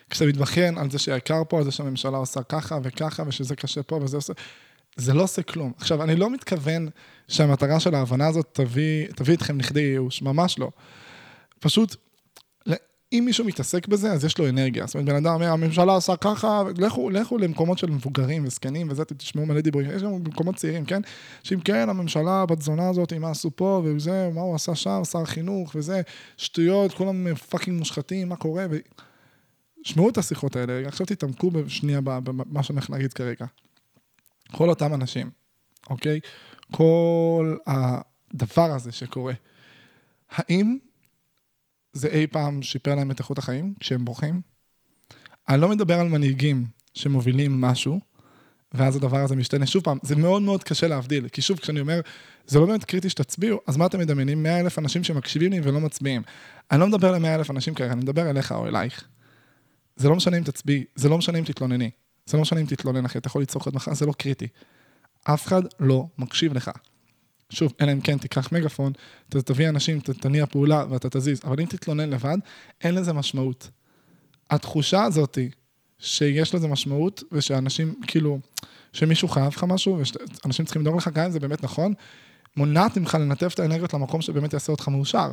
כשאתה מתבחן על זה שהעיקר פה, על זה שהממשלה עושה ככה וככה, ושזה קשה פה וזה עושה, זה לא עושה כלום. עכשיו, אני לא מתכוון שהמטרה של ההבנה הזאת תביא אתכם לכדי ייאוש, ממש לא. פשוט, אם מישהו מתעסק בזה, אז יש לו אנרגיה. זאת אומרת, בן אדם אומר, הממשלה עושה ככה, לכו למקומות של מבוגרים וזקנים, וזה, תשמעו מלא דיבורים. יש גם מקומות צעירים, כן? שאם כן, הממשלה בתזונה הזאת, מה עשו פה, וזה, מה הוא עשה שם, שר חינוך, וזה, שטויות, כולם פאקינג מושחתים, מה קורה, שמעו את השיחות האלה, עכשיו תתעמקו בשנייה במה שאני הולך להגיד כרגע. כל אותם אנשים, אוקיי? כל הדבר הזה שקורה, האם זה אי פעם שיפר להם את איכות החיים כשהם בורחים? אני לא מדבר על מנהיגים שמובילים משהו, ואז הדבר הזה משתנה. שוב פעם, זה מאוד מאוד קשה להבדיל, כי שוב, כשאני אומר, זה לא באמת קריטי שתצביעו, אז מה אתם מדמיינים? 100,000 אנשים שמקשיבים לי ולא מצביעים. אני לא מדבר ל100,000 אנשים כרגע, אני מדבר אליך או אלייך. זה לא משנה אם תצביעי, זה לא משנה אם תתלונני, זה לא משנה אם תתלונן אחי, אתה יכול לצרוך עוד מחר, זה לא קריטי. אף אחד לא מקשיב לך. שוב, אלא אם כן, תיקח מגפון, אתה תביא אנשים, תניע פעולה ואתה תזיז, אבל אם תתלונן לבד, אין לזה משמעות. התחושה הזאת שיש לזה משמעות, ושאנשים, כאילו, שמישהו חייב לך משהו, ואנשים צריכים לדאוג לך, גם אם זה באמת נכון, מונעת ממך לנתב את האנרגיות למקום שבאמת יעשה אותך מאושר.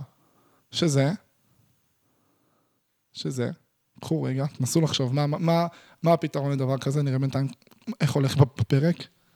שזה, קחו רגע, תנסו לחשוב, מה הפתרון לדבר כזה, נראה בינתיים איך הולך בפרק.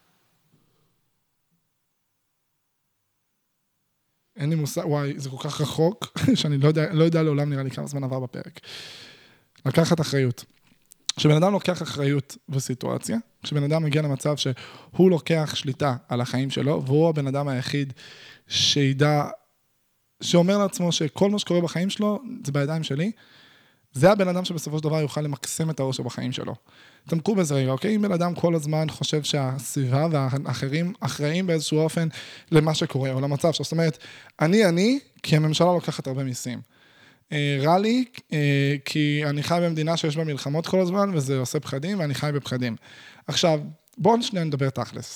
אין לי מושג, וואי, זה כל כך רחוק, שאני לא יודע לעולם נראה לי כמה זמן עבר בפרק. לקחת אחריות. כשבן אדם לוקח אחריות בסיטואציה, כשבן אדם מגיע למצב שהוא לוקח שליטה על החיים שלו, והוא הבן אדם היחיד שידע, שאומר לעצמו שכל מה שקורה בחיים שלו, זה בידיים שלי, זה הבן אדם שבסופו של דבר יוכל למקסם את האושר בחיים שלו. תמקו בזה רגע, אוקיי? אם בן אדם כל הזמן חושב שהסביבה והאחרים אחראים באיזשהו אופן למה שקורה, או למצב שלו. זאת אומרת, אני, כי הממשלה לוקחת הרבה מיסים. רע לי, כי אני חי במדינה שיש בה מלחמות כל הזמן, וזה עושה פחדים, ואני חי בפחדים. עכשיו, בואו שנייה נדבר תכלס.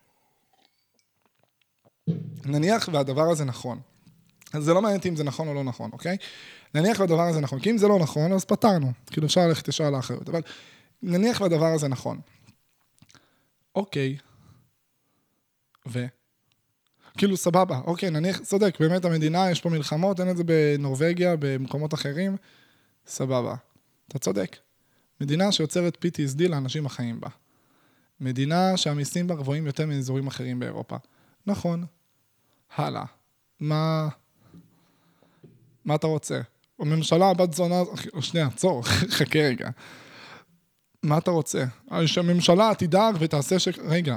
נניח והדבר הזה נכון. אז זה לא מעניין אם זה נכון או לא נכון, אוקיי? נניח והדבר הזה נכון, כי אם זה לא נכון, אז פתרנו. כאילו אפשר ללכת ישר לאחריות, אבל נניח והדבר הזה נכון. אוקיי. כאילו סבבה, אוקיי, נניח, צודק, באמת המדינה, יש פה מלחמות, אין את זה בנורווגיה, במקומות אחרים, סבבה. אתה צודק. מדינה שיוצרת PTSD לאנשים החיים בה. מדינה שהמיסים בה גבוהים יותר מאזורים אחרים באירופה. נכון. הלאה. מה אתה רוצה? הממשלה, בת זונה, שנייה, עצור, חכה רגע. מה אתה רוצה? שהממשלה תדאג ותעשה רגע.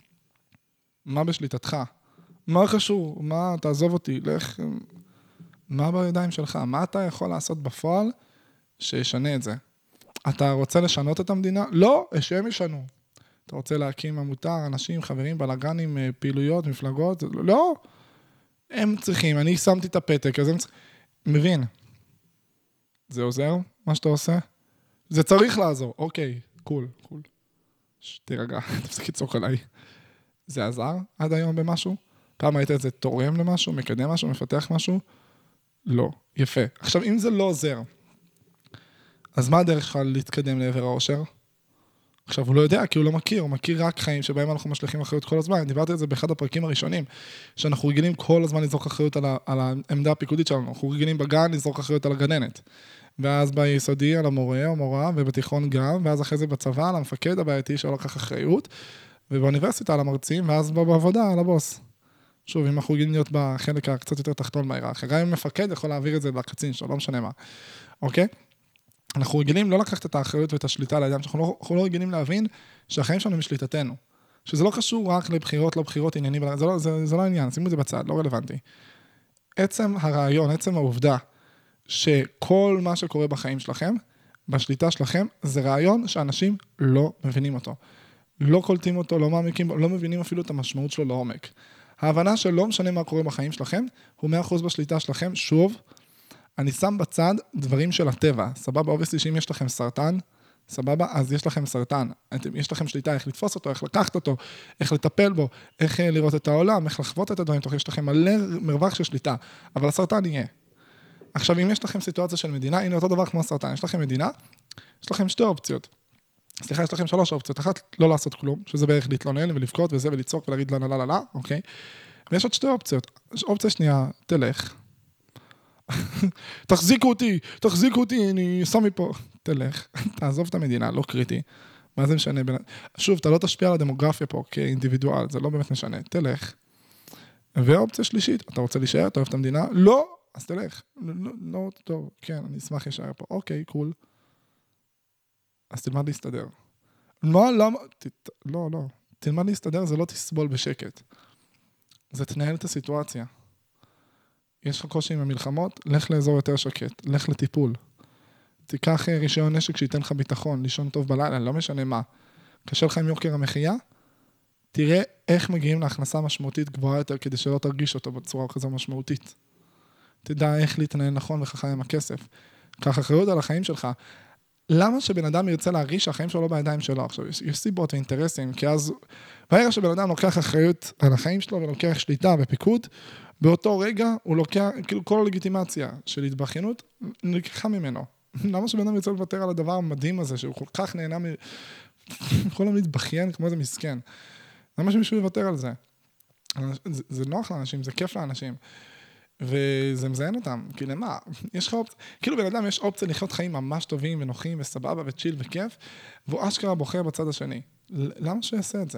מה בשליטתך? מה חשוב? מה, תעזוב אותי, לך, מה בידיים שלך? מה אתה יכול לעשות בפועל שישנה את זה? אתה רוצה לשנות את המדינה? לא, שהם ישנו. אתה רוצה להקים עמותה, אנשים, חברים, בלגנים, פעילויות, מפלגות? לא. הם צריכים, אני שמתי את הפתק, אז הם צריכים, מבין? זה עוזר, מה שאתה עושה? זה צריך לעזור, אוקיי, קול. תירגע, תפסיק לצעוק עליי. זה עזר עד היום במשהו? פעם היית איזה תורם למשהו, מקדם משהו, מפתח משהו? לא, יפה. עכשיו, אם זה לא עוזר, אז מה הדרך שלך להתקדם לעבר האושר? עכשיו, הוא לא יודע, כי הוא לא מכיר, הוא מכיר רק חיים שבהם אנחנו משליכים אחריות כל הזמן. דיברתי על זה באחד הפרקים הראשונים, שאנחנו רגילים כל הזמן לזרוק אחריות על העמדה הפיקודית שלנו. אנחנו רגילים בגן לזרוק אחריות על הגננת. ואז ביסודי על המורה או מורה, ובתיכון גם, ואז אחרי זה בצבא על המפקד הבעייתי שלא לקח אחריות, ובאוניברסיטה על המרצים, ואז בעבודה על הבוס. שוב, אם אנחנו רגילים להיות בחלק הקצת יותר תחתון בהיררכיה, גם אם מפקד יכול להעביר את זה לקצין שלו, לא משנה מה. אוקיי? אנחנו רגילים לא לקחת את האחריות ואת השליטה לידיים, אנחנו לא רגילים להבין שהחיים שלנו משליטתנו. שזה לא קשור רק לבחירות, לא בחירות, עניינים, זה לא עניין, שימו את זה בצד, לא רלוונטי. עצם הרעיון, עצם העובדה, שכל מה שקורה בחיים שלכם, בשליטה שלכם, זה רעיון שאנשים לא מבינים אותו. לא קולטים אותו, לא מעמיקים, לא מבינים אפילו את המשמעות שלו לעומק. ההבנה שלא משנה מה קורה בחיים שלכם, הוא 100% בשליטה שלכם. שוב, אני שם בצד דברים של הטבע. סבבה, אובייסטי שאם יש לכם סרטן, סבבה, אז יש לכם סרטן. יש לכם שליטה איך לתפוס אותו, איך לקחת אותו, איך לטפל בו, איך לראות את העולם, איך לחוות את הדברים, יש לכם מלא מרווח של שליטה. אבל הסרטן יהיה. עכשיו, אם יש לכם סיטואציה של מדינה, הנה אותו דבר כמו סרטן, יש לכם מדינה, יש לכם שתי אופציות. סליחה, יש לכם 3 אופציות. אחת, לא לעשות כלום, שזה בערך להתלונן ולבכות וזה ולצעוק ולהגיד לה, לה, לה, לה, אוקיי? ויש עוד 2 אופציות. אופציה שנייה, תלך. תחזיקו אותי, אני שם מפה. תלך, תעזוב את המדינה, לא קריטי. מה זה משנה? שוב, אתה לא תשפיע על הדמוגרפיה פה כאינדיבידואל, זה לא באמת משנה. תלך. ואופציה שלישית, אתה רוצה להישאר, אתה אוהב את המדינה? לא, אז תלך. לא, טוב, כן, אני אשמח להישאר פה. אוקיי, קול. אז תלמד להסתדר. מה, למה? לא. תלמד להסתדר, זה לא תסבול בשקט. זה תנהל את הסיטואציה. יש לך קושי עם המלחמות, לך לאזור יותר שקט, לך לטיפול. תיקח רישיון נשק שייתן לך ביטחון, לישון טוב בלילה, לא משנה מה. קשה לך עם יוקר המחיה, תראה איך מגיעים להכנסה משמעותית גבוהה יותר, כדי שלא תרגיש אותו בצורה כזו משמעותית. תדע איך להתנהל נכון וחכם עם הכסף. קח אחריות על החיים שלך. למה שבן אדם ירצה להרגיש שהחיים שלו לא בידיים שלו? עכשיו, יש סיבות ואינטרסים, כי אז, ברגע שבן אדם לוקח אחריות על החיים שלו ולוקח שליטה ופיקוד, באותו רגע הוא לוקח, כאילו כל הלגיטימציה של התבכיינות, נלקחה ממנו. למה שבן אדם ירצה לוותר על הדבר המדהים הזה, שהוא כל כך נהנה יכול להתבכיין כמו איזה מסכן. למה שמישהו יוותר על זה? זה נוח לאנשים, זה כיף לאנשים. וזה מזיין אותם, כי למה? יש לך אופציה, כאילו בן אדם יש אופציה לחיות חיים ממש טובים ונוחים וסבבה וצ'יל וכיף, והוא אשכרה בוחר בצד השני. למה שהוא יעשה את זה?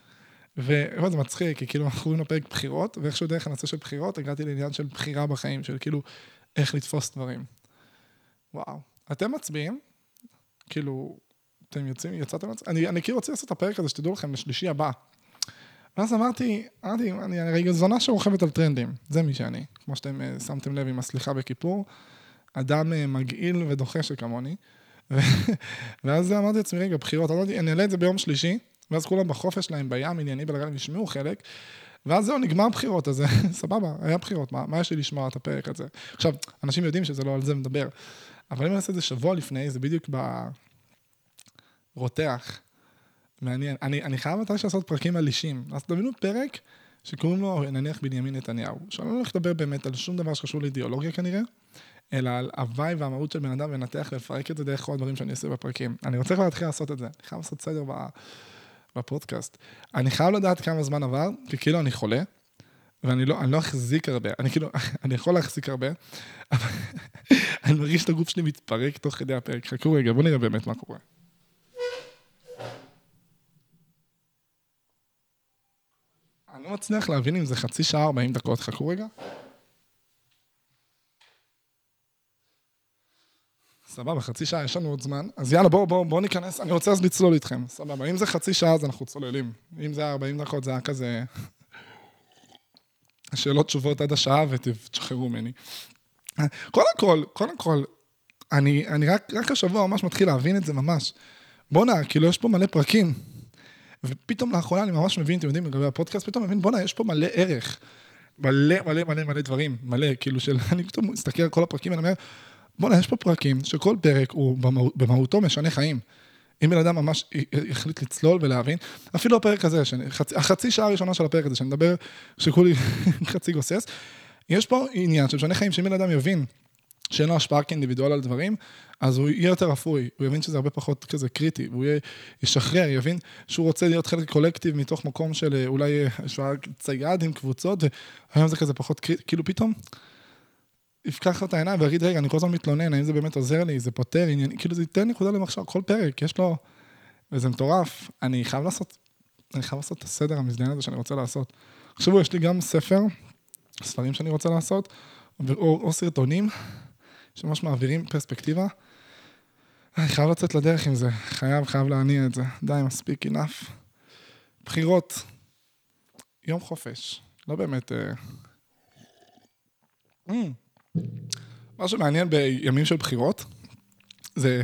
וזה מצחיק, כי כאילו אנחנו קוראים לפרק בחירות, ואיכשהו דרך הנושא של בחירות, הגעתי לעניין של בחירה בחיים, של כאילו איך לתפוס דברים. וואו. אתם מצביעים? כאילו, אתם יצאתם מצביעים? אני כאילו רוצה לעשות את הפרק הזה, שתדעו לכם, לשלישי הבא. ואז אמרתי, אני הרי זונה שרוכבת על טרנדים, זה מי שאני, כמו שאתם שמתם לב עם הסליחה בכיפור, אדם מגעיל ודוחש כמוני, ואז אמרתי לעצמי, רגע, בחירות, אני אעלה את זה ביום שלישי, ואז כולם בחופש להם בים, ענייני בלגן, ישמעו חלק, ואז זהו, נגמר בחירות, אז סבבה, היה בחירות, מה יש לי לשמוע את הפרק הזה? עכשיו, אנשים יודעים שזה לא על זה מדבר, אבל אם אני אעשה את זה שבוע לפני, זה בדיוק ברותח, מעניין. אני חייב מתי לעשות פרקים על אישים. אז תבינו פרק שקוראים לו, נניח בנימין נתניהו, שאני לא הולך לדבר באמת על שום דבר שקשור לאידיאולוגיה כנראה, אלא על הוואי והמהות של בן אדם ונתח ולפרק את זה דרך כל הדברים שאני אעשה בפרקים. אני רוצה כבר להתחיל לעשות את זה. אני חייב לעשות סדר בפודקאסט. אני חייב לדעת כמה זמן עבר, כי כאילו אני חולה, ואני לא אחזיק הרבה. אני יכול להחזיק הרבה, אבל אני מרגיש את הגוף שלי מתפרק תוך כדי הפרק. חכו רגע, בוא נראה באמת מה קורה. אני לא מצליח להבין אם זה חצי שעה 40 דקות, חכו רגע. סבבה, חצי שעה, יש לנו עוד זמן. אז יאללה, בואו ניכנס, אני רוצה אז לצלול איתכם. סבבה, אם זה חצי שעה, אז אנחנו צוללים. אם זה 40 דקות, זה היה כזה... השאלות תשובות עד השעה ותשחררו ממני. קודם כל, אני רק השבוע ממש מתחיל להבין את זה ממש. בוא'נה, כאילו יש פה מלא פרקים. ופתאום לאחרונה אני ממש מבין, אתם יודעים, לגבי הפודקאסט, פתאום מבין, בוא'נה, יש פה מלא ערך. מלא דברים. מלא, כאילו אני פתאום מסתכל על כל הפרקים, ואני אומר, בוא'נה, יש פה פרקים שכל פרק הוא במהותו משנה חיים. אם בן אדם ממש החליט לצלול ולהבין, אפילו הפרק הזה, החצי שעה הראשונה של הפרק הזה, שאני מדבר, שכולי חצי גוסס, יש פה עניין שמשנה חיים, שאם בן אדם יבין שאין לו השפעה כאינדיבידואל על דברים, אז הוא יהיה יותר אפוי, הוא יבין שזה הרבה פחות כזה קריטי, והוא ישחרר, יבין שהוא רוצה להיות חלק קולקטיב מתוך מקום של אולי שהוא צייד עם קבוצות, והיום זה כזה פחות קריטי, כאילו פתאום, יפקח את העיניים ויגיד, רגע, אני כל הזמן מתלונן, האם זה באמת עוזר לי, זה פותר עניין, כאילו זה ייתן נקודה למחשב, כל פרק, יש לו, וזה מטורף, אני חייב לעשות את הסדר המזדיין הזה שאני רוצה לעשות. עכשיו, יש לי גם ספרים שאני רוצה לעשות, או סרטונים, שממש מעבירים פרספקטיבה. אני חייב לצאת לדרך עם זה, חייב להניע את זה. די, מספיק, enough. בחירות, יום חופש, לא באמת... משהו מעניין בימים של בחירות, זה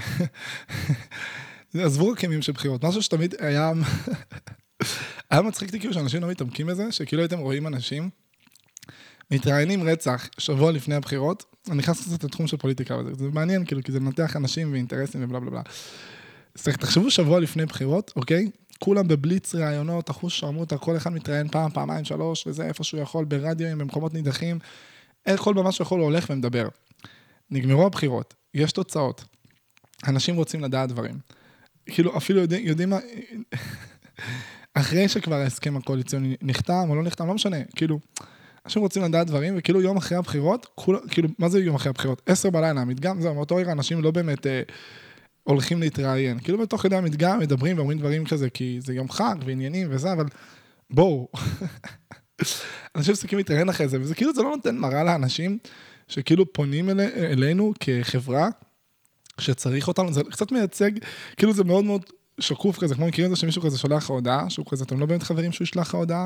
עזבו רק ימים של בחירות, משהו שתמיד היה מצחיק אותי כאילו שאנשים לא מתעמקים בזה, שכאילו הייתם רואים אנשים מתראיינים רצח שבוע לפני הבחירות, אני נכנס קצת לתחום של פוליטיקה, זה מעניין כאילו, כי זה מנתח אנשים ואינטרסים ובלה בלה בלה. אז תחשבו שבוע לפני בחירות, אוקיי? כולם בבליץ רעיונות, אחוז שרמוטה, כל אחד מתראיין פעם, פעמיים, 3, וזה איפה שהוא יכול, ברדיו, במקומות נידחים, כל במה שיכול הוא הולך ומדבר. נגמרו הבחירות, יש תוצאות, אנשים רוצים לדעת דברים. כאילו, אפילו יודעים מה, אחרי שכבר ההסכם הקואליציוני נחתם או לא נחתם, לא משנה, כאילו, אנשים רוצים לדעת דברים, וכאילו יום אחרי הבחירות, כאילו, מה זה יום אחרי הבחירות? 10 בלילה, המדגם, זהו, מאותו עיר, אנשים לא באמת הולכים להתראיין. כאילו, בתוך כדי המדגם מדברים ואומרים דברים כזה, כי זה יום חג ועניינים וזה, אבל בואו. אנשים מסתכלים להתראיין אחרי זה, וזה כאילו, זה לא נותן מראה לאנשים שכאילו פונים אלינו כחברה, שצריך אותנו, זה קצת מייצג, כאילו זה מאוד מאוד שקוף כזה, כמו מכירים את זה שמישהו כזה שולח ההודעה, שהוא כזה, אתם לא באמת חברים שהוא ישלח ההודעה,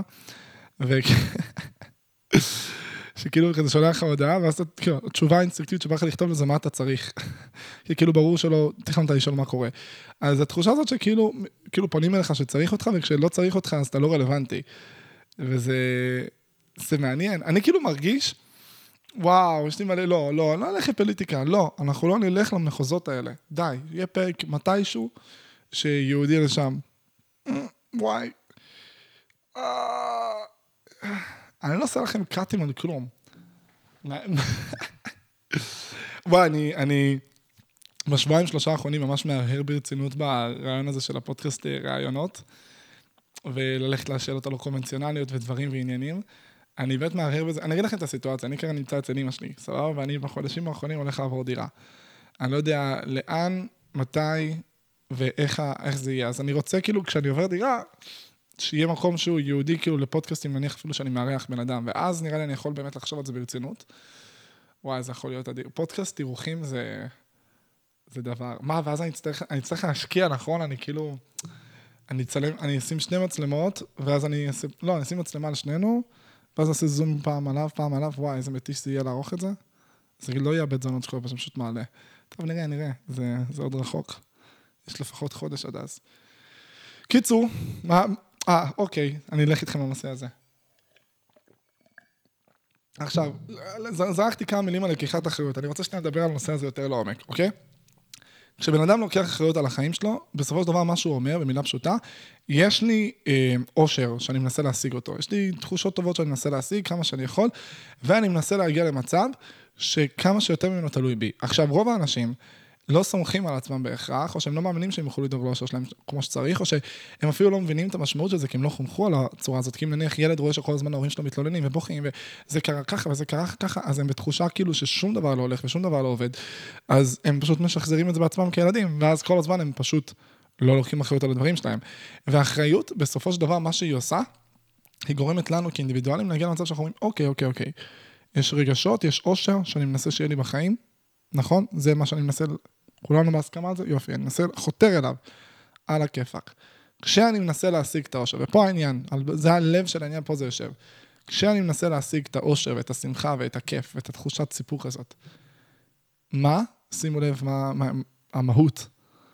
שכאילו כזה שולח ההודעה, ואז התשובה האינסטרקטיבית שבא לך לכתוב לזה מה אתה צריך, כי כאילו ברור שלא תכננת לשאול מה קורה. אז התחושה הזאת שכאילו פונים אליך שצריך אותך, וכשלא צריך אותך אז אתה לא רלוונטי. וזה מעניין. אני כאילו מרגיש, וואו, יש לי מלא, לא נלך לפוליטיקה, לא, אנחנו לא נלך למחוזות האלה. די, יהיה פרק מתישהו שיהודי לשם. וואי. אני לא עושה לכם קאטים על כלום. וואי, אני בשבועיים 3 האחרונים ממש מהרהר ברצינות ברעיון הזה של הפודקאסט רעיונות, וללכת לשאלות הלא קונבנציונליות ודברים ועניינים. אני באמת מהרהר בזה, אני אגיד לכם את הסיטואציה, אני כרגע נמצא אצל אמא שלי, סבבה? ואני בחודשים האחרונים הולך לעבור דירה. אני לא יודע לאן, מתי ואיך זה יהיה. אז אני רוצה כאילו, כשאני עובר דירה, שיהיה מקום שהוא יהודי כאילו לפודקאסטים, נניח אפילו שאני מארח בן אדם, ואז נראה לי אני יכול באמת לחשוב על זה ברצינות. וואי, זה יכול להיות אדיר. פודקאסט תירוכים זה דבר. מה, ואז אני צריך להשקיע, נכון? אני כאילו, אני אשים 2 מצלמות, ואז אני אשים מצלמה לשנינו, ואז אעשה זום פעם עליו, וואי, איזה מתיש זה יהיה לערוך את זה. זה לא יהיה בית זונות שקורה, פשוט מעלה. טוב, נראה, זה עוד רחוק. יש לפחות חודש עד אז. קיצור, אוקיי, אני אלך איתכם לנושא הזה. עכשיו, זרקתי כמה מילים על לקיחת אחריות, אני רוצה שנייה לדבר על הנושא הזה יותר לעומק, אוקיי? כשבן אדם לוקח אחריות על החיים שלו, בסופו של דבר מה שהוא אומר, במילה פשוטה, יש לי אושר שאני מנסה להשיג אותו, יש לי תחושות טובות שאני מנסה להשיג, כמה שאני יכול, ואני מנסה להגיע למצב שכמה שיותר ממנו תלוי בי. עכשיו, רוב האנשים לא סומכים על עצמם בהכרח, או שהם לא מאמינים שהם יכולו לדאוג לאושר שלהם כמו שצריך, או שהם אפילו לא מבינים את המשמעות של זה, כי הם לא חונכו על הצורה הזאת, כי אם נניח ילד רואה שכל הזמן ההורים שלו מתלוננים ובוכים, וזה קרה ככה וזה קרה ככה, אז הם בתחושה כאילו ששום דבר לא הולך ושום דבר לא עובד, אז הם פשוט משחזרים את זה בעצמם כילדים, ואז כל הזמן הם פשוט לא לוקחים אחריות על הדברים שלהם. והאחריות, בסופו של דבר, מה שהיא עושה, היא גורמת לנו כאינדיבידואלים להגיע למצב שאנחנו אומרים, אוקיי. יש רגשות, יש אושר שאני מנסה שיהיה לי בחיים, נכון? זה מה שאני מנסה, כולנו בהסכמה על זה, יופי, אני מנסה חותר אליו, על הכיפק. כשאני מנסה להשיג את האושר, ופה העניין, זה הלב של העניין, פה זה יושב. כשאני מנסה להשיג את האושר ואת השמחה ואת הכיף ואת התחושת סיפוק הזאת, מה? שימו לב, מה המהות?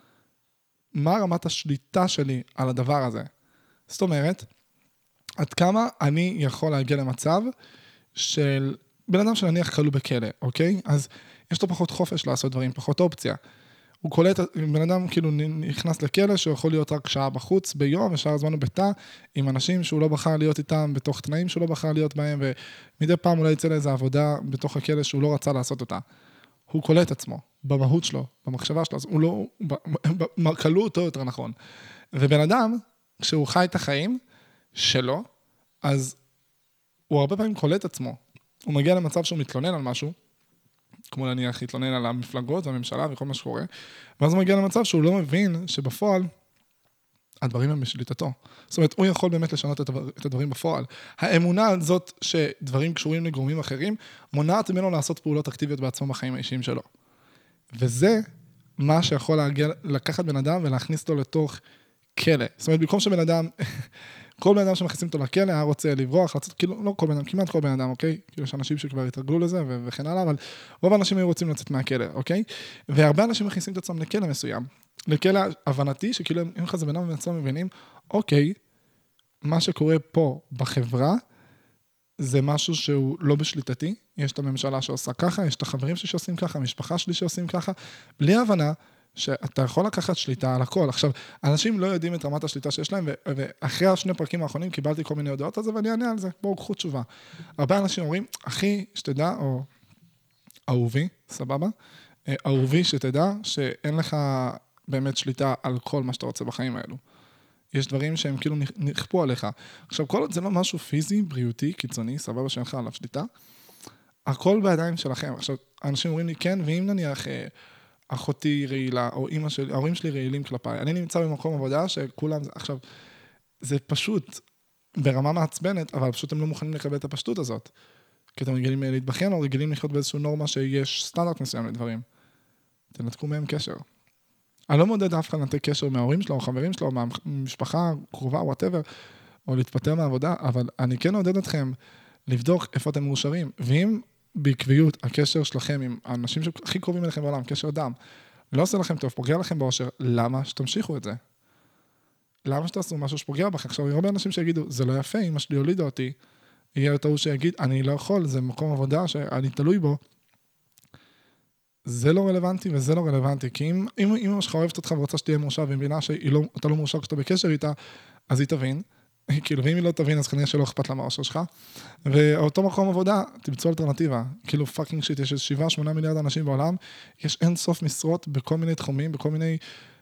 מה רמת השליטה שלי על הדבר הזה? זאת אומרת, עד כמה אני יכול להגיע למצב של בן אדם שנניח חלו בכלא, אוקיי? אז יש לו פחות חופש לעשות דברים, פחות אופציה. הוא קולט, בן אדם כאילו נכנס לכלא שהוא יכול להיות רק שעה בחוץ ביום, ושאר הזמן הוא בתא עם אנשים שהוא לא בחר להיות איתם, בתוך תנאים שהוא לא בחר להיות בהם, ומדי פעם אולי יצא לאיזו עבודה בתוך הכלא שהוא לא רצה לעשות אותה. הוא קולט עצמו, במהות שלו, במחשבה שלו, אז הוא לא, קלו אותו יותר נכון. ובן אדם, כשהוא חי את החיים שלו, אז הוא הרבה פעמים קולט עצמו. הוא מגיע למצב שהוא מתלונן על משהו, כמו נניח להתלונן על המפלגות והממשלה וכל מה שקורה, ואז הוא מגיע למצב שהוא לא מבין שבפועל הדברים הם בשליטתו. זאת אומרת, הוא יכול באמת לשנות את הדברים בפועל. האמונה הזאת שדברים קשורים לגורמים אחרים, מונעת ממנו לעשות פעולות אקטיביות בעצמו בחיים האישיים שלו. וזה מה שיכול לקחת בן אדם ולהכניס אותו לתוך כלא. זאת אומרת, במקום שבן אדם, כל בן אדם שמכניסים אותו לכלא, היה רוצה לברוח, לצאת, כאילו, לא כל בן אדם, כמעט כל בן אדם, אוקיי? כאילו, יש אנשים שכבר התרגלו לזה וכן הלאה, אבל רוב האנשים היו רוצים לצאת מהכלא, אוקיי? והרבה אנשים מכניסים את עצמם לכלא מסוים. לכלא הבנתי, שכאילו, אם חזה בן אדם בעצמם מבינים, אוקיי, מה שקורה פה בחברה, זה משהו שהוא לא בשליטתי, יש את הממשלה שעושה ככה, יש את החברים שלי שעושים ככה, המשפחה שלי שעושים ככה, בלי הבנה שאתה יכול לקחת שליטה על הכל. עכשיו, אנשים לא יודעים את רמת השליטה שיש להם, ואחרי 2 פרקים האחרונים קיבלתי כל מיני הודעות על זה, ואני אענה על זה, בואו, קחו תשובה. הרבה אנשים אומרים, אחי, שתדע, או אהובי, סבבה? אהובי שתדע שאין לך באמת שליטה על כל מה שאתה רוצה בחיים האלו. יש דברים שהם כאילו נכפו עליך. עכשיו, כל עוד זה לא משהו פיזי, בריאותי, קיצוני, סבבה שאין לך עליו שליטה, הכל בידיים שלכם. עכשיו, אנשים אומרים לי, כן, ואם נניח אחותי רעילה, או ההורים שלי רעילים כלפיי, אני נמצא במקום עבודה שכולם, עכשיו, זה פשוט ברמה מעצבנת, אבל פשוט הם לא מוכנים לקבל את הפשטות הזאת. כי אתם רגילים להתבחן, או רגילים לחיות באיזשהו נורמה שיש סטנדרט מסוים לדברים. תנתקו מהם קשר. אני לא מעודד אף אחד לנתק קשר מההורים שלו, או חברים שלו, או מהמשפחה, קרובה, whatever, או להתפטר מהעבודה, אבל אני כן מעודד אתכם לבדוק איפה אתם מאושרים, ואם בעקביות הקשר שלכם עם האנשים שהכי קרובים אליכם בעולם, קשר דם, לא עושה לכם טוב, פוגע לכם באושר, למה שתמשיכו את זה? למה שתעשו משהו שפוגע בכם? עכשיו, הרבה אנשים שיגידו, זה לא יפה, אמא שלי הולידה אותי, יהיה יותר שיגיד, אני לא יכול, זה מקום עבודה שאני תלוי בו, זה לא רלוונטי וזה לא רלוונטי, כי אם אמא שלך אוהבת אותך ורוצה שתהיה מאושר, והיא מבינה שאתה לא מאושר כשאתה בקשר איתה, אז היא תבין, כאילו, ואם היא לא תבין, אז כנראה שלא אכפת לה מהאושר שלך, ואותו מקום עבודה, תמצאו אלטרנטיבה, כאילו פאקינג שיט, יש 7-8 מיליארד אנשים בעולם, יש אין סוף משרות בכל מיני תחומים, בכל מיני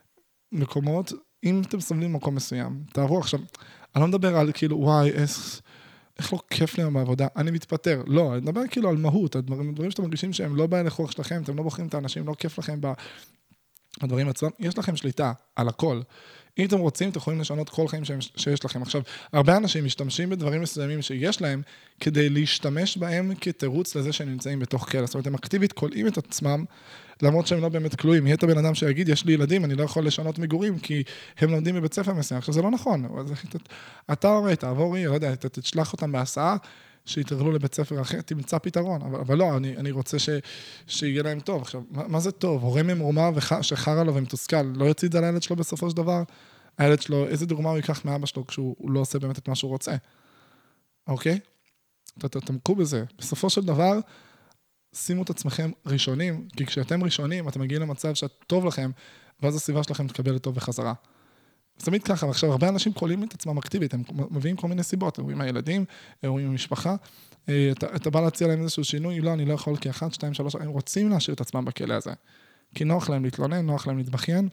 מקומות, אם אתם סובלים במקום מסוים, תעברו עכשיו, אני לא מדבר על כאילו, וואי, איך לא כיף להם בעבודה, אני מתפטר, לא, אני מדבר כאילו על מהות, הדברים שאתם מרגישים שהם לא בהלך רוח שלכם, אתם לא בוחרים את האנשים, לא כיף לכם בדברים עצמם, יש לכם שליטה על הכל. אם אתם רוצים, אתם יכולים לשנות כל חיים שיש לכם. עכשיו, הרבה אנשים משתמשים בדברים מסוימים שיש להם, כדי להשתמש בהם כתירוץ לזה שהם נמצאים בתוך כלא. זאת אומרת, הם אקטיבית קולעים את עצמם, למרות שהם לא באמת כלואים. יהיה את הבן אדם שיגיד, יש לי ילדים, אני לא יכול לשנות מגורים, כי הם לומדים בבית ספר מסוים. עכשיו, זה לא נכון. אתה הורי, תעבורי, לא יודע, תשלח אותם בהסעה, שיתרגלו לבית ספר אחר, תמצא פתרון. אבל לא, אני רוצה שיהיה להם טוב. עכשיו, מה זה טוב? הורה ממורמה שחרה לו ומתוסכל, לא יוציא את זה לילד שלו בסופו של דבר. הילד שלו, איזה דוגמה הוא ייקח מאבא שלו כשהוא לא עושה באמת את מה שהוא רוצה. אוקיי? תתעמקו בזה. בסופו של דבר, שימו את עצמכם ראשונים, כי כשאתם ראשונים, אתם מגיעים למצב שטוב לכם, ואז הסביבה שלכם תקבל לטוב בחזרה. זה תמיד ככה, ועכשיו הרבה אנשים קולים את עצמם אקטיבית, הם מביאים כל מיני סיבות, הם עם הילדים, הם עם המשפחה, אתה בא להציע להם איזשהו שינוי, לא, אני לא יכול, כי 1, 2, 3, הם רוצים להשאיר את עצמם בכלא הזה, כי נוח להם להתלונן, נוח להם להתבכיין,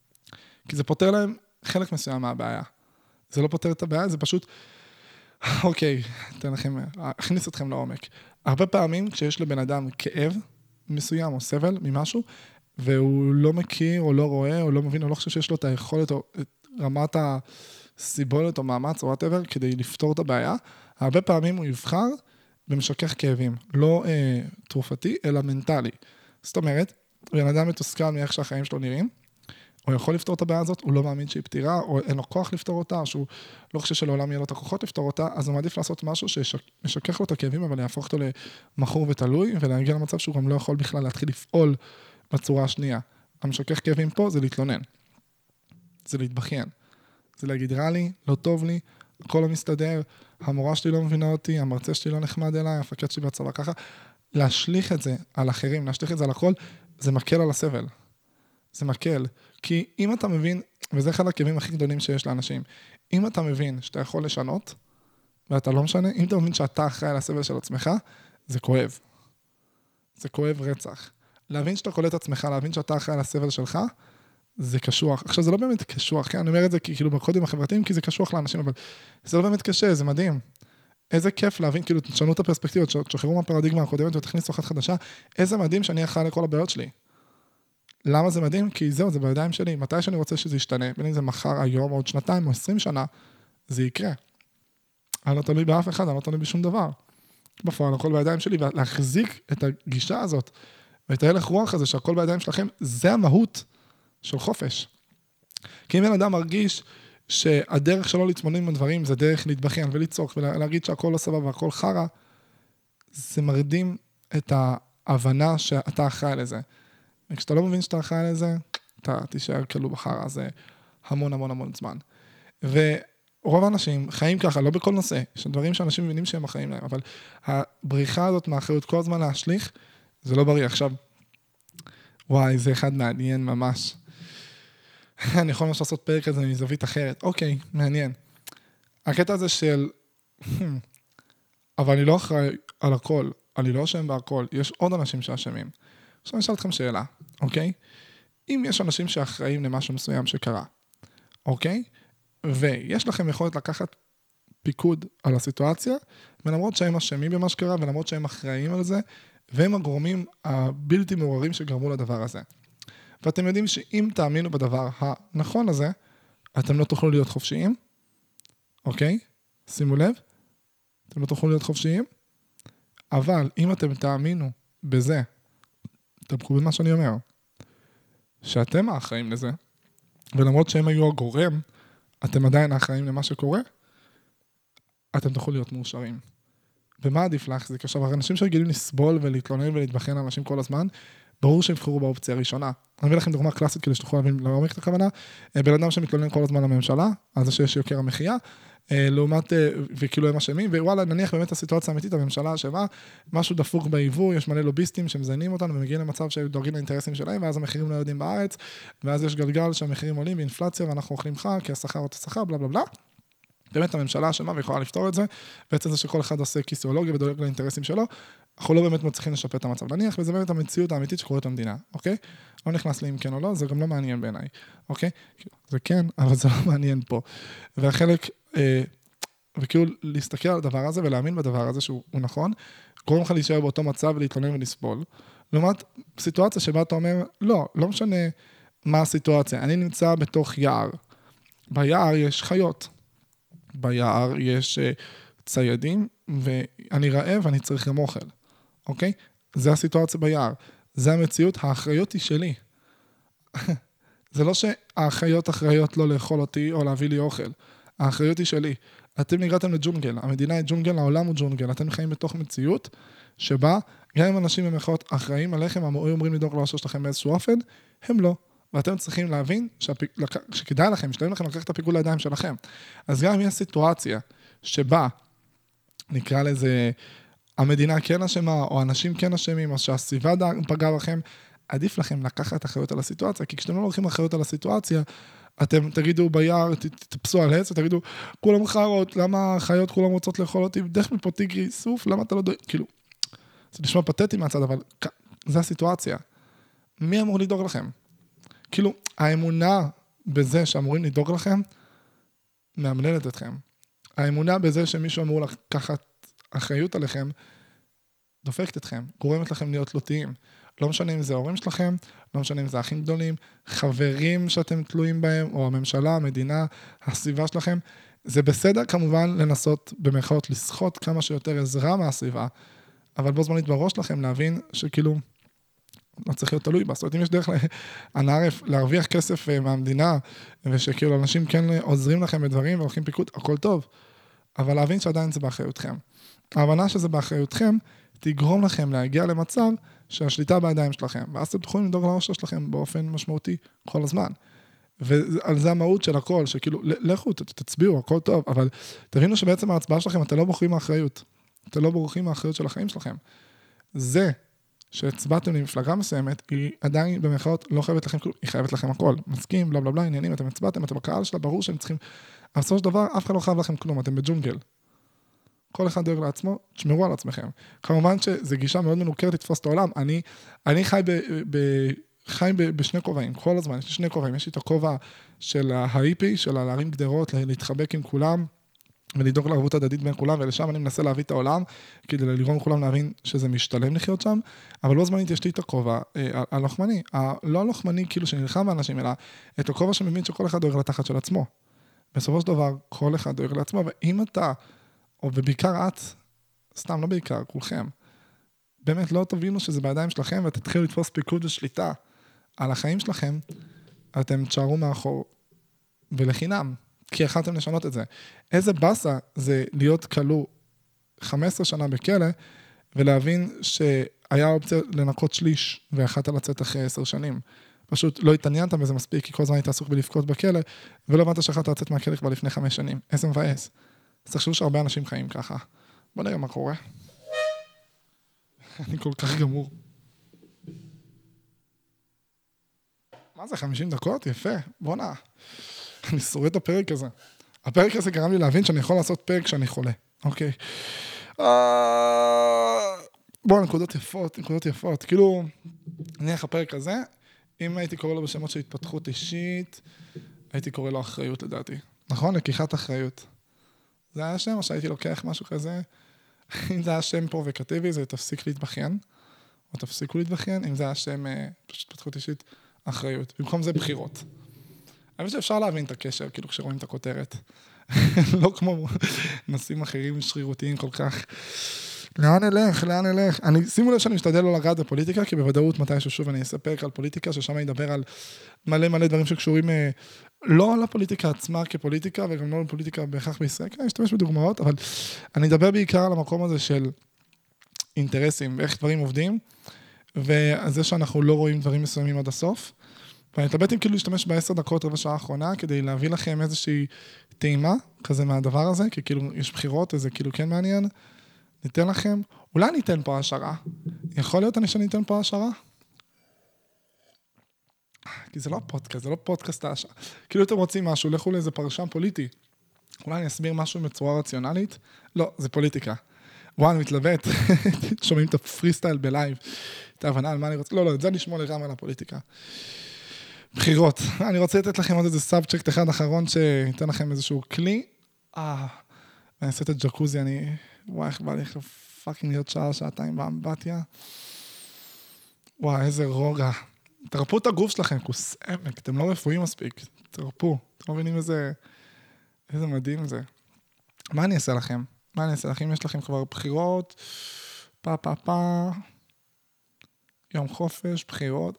כי זה פותר להם חלק מסוים מהבעיה. זה לא פותר את הבעיה, זה פשוט, אוקיי, אתן לכם, אכניס אתכם לעומק. הרבה פעמים כשיש לבן אדם כאב מסוים או סבל ממשהו, והוא לא מכיר או לא רואה או לא מבין או לא חושב שיש לו את היכולת או את רמת הסיבולת או מאמץ או whatever כדי לפתור את הבעיה, הרבה פעמים הוא יבחר במשכך כאבים, לא תרופתי אלא מנטלי. זאת אומרת, בן אדם מתוסכל מאיך שהחיים שלו נראים, הוא יכול לפתור את הבעיה הזאת, הוא לא מאמין שהיא פתירה, או אין לו כוח לפתור אותה, או שהוא לא חושב שלעולם יהיה לו את הכוחות לפתור אותה, אז הוא מעדיף לעשות משהו שמשכך לו את הכאבים, אבל יהפוך אותו למכור ותלוי, ולהגיע למצב שהוא גם לא יכול בכלל להתחיל לפעול בצורה השנייה. המשכך כאבים פה זה להתלונן. זה להתבכיין. זה להגיד רע לי, לא טוב לי, הכל לא מסתדר, המורה שלי לא מבינה אותי, המרצה שלי לא נחמד אליי, המפקד שלי בצבא ככה. להשליך את זה על אחרים, להשליך את זה על הכל, זה מקל על הסבל. זה מקל. כי אם אתה מבין, וזה אחד הכאבים הכי גדולים שיש לאנשים, אם אתה מבין שאתה יכול לשנות, ואתה לא משנה, אם אתה מבין שאתה אחראי על הסבל של עצמך, זה כואב. זה כואב רצח. להבין שאתה קולט עצמך, להבין שאתה אחראי על הסבל שלך, זה קשוח. עכשיו, זה לא באמת קשוח, כן? אני אומר את זה כאילו בקודים החברתיים, כי זה קשוח לאנשים, אבל זה לא באמת קשה, זה מדהים. איזה כיף להבין, כאילו, תשנו את הפרספקטיבות, תשחררו מהפרדיגמה הקודמת ותכניסו אחת חדשה, איזה מדהים שאני אחראי לכל הבעיות שלי. למה זה מדהים? כי זהו, זה בידיים שלי. מתי שאני רוצה שזה ישתנה, בין אם זה מחר, היום, עוד 2 או 20 שנה, זה יקרה. אני לא תלוי באף אחד, אני לא תלוי בשום דבר. בפועל, הכל בידיים שלי, ולהחזיק את הגישה הזאת, ואת ההלך רוח הזה, שהכל בידיים שלכם, זה המהות של חופש. כי אם בן אדם מרגיש שהדרך שלו להתמודד עם הדברים, זה דרך להתבכיין ולצעוק, ולהגיד שהכל לא סבבה והכל חרא, זה מרדים את ההבנה שאתה אחראי לזה. וכשאתה לא מבין שאתה אחראי לזה, אתה תישאר כלוא בחרא, זה המון המון המון זמן. ורוב האנשים חיים ככה, לא בכל נושא, יש דברים שאנשים מבינים שהם החיים להם, אבל הבריחה הזאת מאחריות כל הזמן להשליך, זה לא בריא. עכשיו, וואי, זה אחד מעניין ממש. אני יכול ממש לעשות פרק הזה מזווית אחרת. אוקיי, מעניין. הקטע הזה של, אבל אני לא אחראי על הכל, אני לא אשם בהכל, יש עוד אנשים שאשמים. עכשיו אני אשאל אתכם שאלה, אוקיי? אם יש אנשים שאחראים למשהו מסוים שקרה, אוקיי? ויש לכם יכולת לקחת פיקוד על הסיטואציה, ולמרות שהם אשמים במה שקרה, ולמרות שהם אחראים על זה, והם הגורמים הבלתי מעוררים שגרמו לדבר הזה. ואתם יודעים שאם תאמינו בדבר הנכון הזה, אתם לא תוכלו להיות חופשיים, אוקיי? שימו לב, אתם לא תוכלו להיות חופשיים, אבל אם אתם תאמינו בזה, תמכו במה שאני אומר, שאתם האחראים לזה, ולמרות שהם היו הגורם, אתם עדיין האחראים למה שקורה, אתם תוכלו להיות מאושרים. ומה עדיף להחזיק? עכשיו, האנשים שרגילים לסבול ולהתלונן ולהתבחן על אנשים כל הזמן, ברור שהם יבחרו באופציה הראשונה. אני אביא לכם דוגמה קלאסית כדי שתוכלו להבין לעומק את הכוונה. בן אדם שמתלונן כל הזמן לממשלה, על זה שיש יוקר המחיה, לעומת, וכאילו הם אשמים, ווואלה, נניח באמת הסיטואציה האמיתית, הממשלה אשמה, משהו דפוק ביבוא, יש מלא לוביסטים שמזיינים אותנו, ומגיעים למצב שדואגים לאינטרסים שלהם, ואז המחירים לא יודעים בארץ, ואז יש גלגל שהמחירים עולים באינפלציה, ואנחנו אוכלים חג, כי השכר אותו שכר, בלה בלה בלה. באמת הממשלה אשמה ויכולה לפתור את זה, בעצם זה שכל אחד עושה כיסאולוגיה ודואג לאינטרסים שלו, אנחנו לא באמת מצליחים לשפר את המצב. נניח, וזה באמת המציאות האמיתית שקורית במדינה, אוקיי? לא נכנס לי אם כן או לא, זה גם לא מעניין בעיניי, אוקיי? זה כן, אבל זה לא מעניין פה. והחלק, וכאילו להסתכל על הדבר הזה ולהאמין בדבר הזה שהוא נכון, גורם לך להישאר באותו מצב ולהתלונן ולסבול. לעומת סיטואציה שבה אתה אומר, לא משנה מה הסיטואציה, אני נמצא בתוך יער. ביער יש חיות. ביער יש ציידים, ואני רעב, אני צריך גם אוכל, אוקיי? זה הסיטואציה ביער. זה המציאות, האחריות היא שלי. זה לא שהאחריות אחריות לא לאכול אותי או להביא לי אוכל. האחריות היא שלי. אתם נגרעתם לג'ונגל, המדינה היא ג'ונגל, העולם הוא ג'ונגל. אתם חיים בתוך מציאות שבה גם אם אנשים במחאות אחראים עליכם, אומרים לדאוג לאושר שלכם באיזשהו אופן, הם לא. ואתם צריכים להבין שכדאי לכם, משתלם לכם לקחת את הפיקוד לידיים שלכם. אז גם אם יש סיטואציה שבה, נקרא לזה, המדינה כן אשמה, או אנשים כן אשמים, או שהסביבה פגעה בכם, עדיף לכם לקחת אחריות על הסיטואציה, כי כשאתם לא לוקחים אחריות על הסיטואציה, אתם תגידו ביער, תתפסו על עץ, ותגידו, כולם חרות, למה החיות כולם רוצות לאכול אותי, דרך מפה טיגרי, סוף, למה אתה לא דואג, כאילו, זה נשמע פתטי מהצד, אבל זה הסיטואציה. מי אמור לדאוג לכם? כאילו, האמונה בזה שאמורים לדאוג לכם, מאמללת אתכם. האמונה בזה שמישהו אמור לקחת אחריות עליכם, דופקת אתכם, גורמת לכם להיות תלותיים. לא משנה אם זה ההורים שלכם, לא משנה אם זה אחים גדולים, חברים שאתם תלויים בהם, או הממשלה, המדינה, הסביבה שלכם. זה בסדר כמובן לנסות במרכאות לסחוט כמה שיותר עזרה מהסביבה, אבל בו זמנית בראש לכם להבין שכאילו, לא צריך להיות תלוי בה. זאת אומרת, אם יש דרך הנערף להרוויח כסף מהמדינה, ושכאילו אנשים כן עוזרים לכם בדברים והולכים פיקוד, הכל טוב, אבל להבין שעדיין זה באחריותכם. ההבנה שזה באחריותכם, תגרום לכם להגיע למצב שהשליטה בידיים שלכם, ואז אתם תוכלים לדאוג לאושר שלכם באופן משמעותי כל הזמן. ועל זה המהות של הכל, שכאילו, לכו, תצביעו, הכל טוב, אבל תבינו שבעצם ההצבעה שלכם, אתם לא בוחרים מהאחריות. אתם לא בורחים מהאחריות של החיים שלכם. זה שהצבעתם למפלגה מסוימת, היא עדיין במרכאות לא חייבת לכם כלום, היא חייבת לכם הכל. מסכים, בלה בלה בלה, עניינים, אתם הצבעתם, אתם בקהל שלה, ברור שהם צריכים, אבל בסופו של דבר, אף אחד לא חייב לכם כלום, אתם בג'ונגל. כל אחד דואג לעצמו, תשמרו על עצמכם. כמובן שזו גישה מאוד מנוכרת לתפוס את העולם. אני חי בשני כובעים, כל הזמן, יש לי שני כובעים. יש לי את הכובע של ההיפי, של להרים גדרות, להתחבק עם כולם, ולדאוג לערבות הדדית בין כולם, ולשם אני מנסה להביא את העולם, כדי לגרום לכולם להבין שזה משתלם לחיות שם, אבל לא זמנית יש לי את הכובע הלוחמני, לא הלוחמני כאילו שנלחם באנשים, אלא את הכובע שמבין שכל אחד דואג לתחת של עצמו. בסופו של דבר, כל אחד דואג לעצמו, ואם אתה, או ובעיקר את, סתם לא בעיקר, כולכם, באמת לא תבינו שזה בידיים שלכם, ותתחילו לתפוס פיקוד ושליטה על החיים שלכם, אתם תשארו מאחור, ולחינם. כי החלטתם לשנות את זה. איזה בסה זה להיות כלוא 15 שנה בכלא, ולהבין שהיה אופציה לנקות שליש, והחלטת לצאת אחרי 10 שנים. פשוט לא התעניינת בזה מספיק, כי כל זמן היית עסוק בלבכות בכלא, ולא הבנת שהחלטת לצאת מהכלא כבר לפני 5 שנים. איזה מבאס. אז תחשבו שהרבה אנשים חיים ככה. בוא נראה מה קורה. אני כל כך גמור. מה זה, 50 דקות? יפה. בוא נע. אני שורד את הפרק הזה. הפרק הזה גרם לי להבין שאני יכול לעשות פרק כשאני חולה. אוקיי. בוא בואו, נקודות יפות. כאילו, נניח הפרק הזה, אם הייתי קורא לו בשמות של התפתחות אישית, הייתי קורא לו אחריות לדעתי. נכון? לקיחת אחריות. זה היה השם, או שהייתי לוקח משהו כזה? אם זה היה שם פרובוקטיבי, זה תפסיק להתבכיין, או תפסיקו להתבכיין, אם זה היה שם פשוט התפתחות אישית, אחריות. במקום זה בחירות. אני חושב שאפשר להבין את הקשר, כאילו, כשרואים את הכותרת. לא כמו נושאים אחרים שרירותיים כל כך. לאן אלך? שימו לב שאני משתדל לא לגעת בפוליטיקה, כי בוודאות מתישהו שוב אני אספר על פוליטיקה, ששם אני אדבר על מלא דברים שקשורים לא לפוליטיקה עצמה כפוליטיקה, וגם לא לפוליטיקה בהכרח בישראל, כי אני אשתמש בדוגמאות, אבל אני אדבר בעיקר על המקום הזה של אינטרסים, ואיך דברים עובדים, וזה שאנחנו לא רואים דברים מסוימים עד הסוף, ואני אתלבט אם כאילו להשתמש ב10 דקות רבע שעה האחרונה, כדי להביא לכם איזושהי טעימה כזה מהדבר הזה, כי כאילו יש בחירות, וזה כאילו כן מעניין. ניתן לכם, אולי ניתן פה השערה. יכול להיות שאני אתן פה השערה? כי זה לא פודקאסט, זה לא פודקאסט ההשערה. כאילו אתם רוצים משהו, לכו לאיזה פרשן פוליטי. אולי אני אסביר משהו בצורה רציונלית? לא, זה פוליטיקה. וואו, אני מתלבט. שומעים את הפרי סטייל בלייב. את ההבנה על מה אני רוצה. לא, את זה נשמור לגמרי על הפוליטיקה. בחירות. אני רוצה לתת לכם עוד איזה סאבצ'קט אחד אחרון, שייתן לכם איזשהו כלי. אני אעשה את הג'קוזי, וואי, איך בא לי פאקינג להיות שעתיים באמבטיה. וואי, איזה רוגע. תרפו את הגוף שלכם, כוס עמק, אתם לא רפואיים מספיק. תרפו. אתם לא מבינים איזה מדהים זה. מה אני אעשה לכם? אם יש לכם כבר בחירות, יום חופש, בחירות.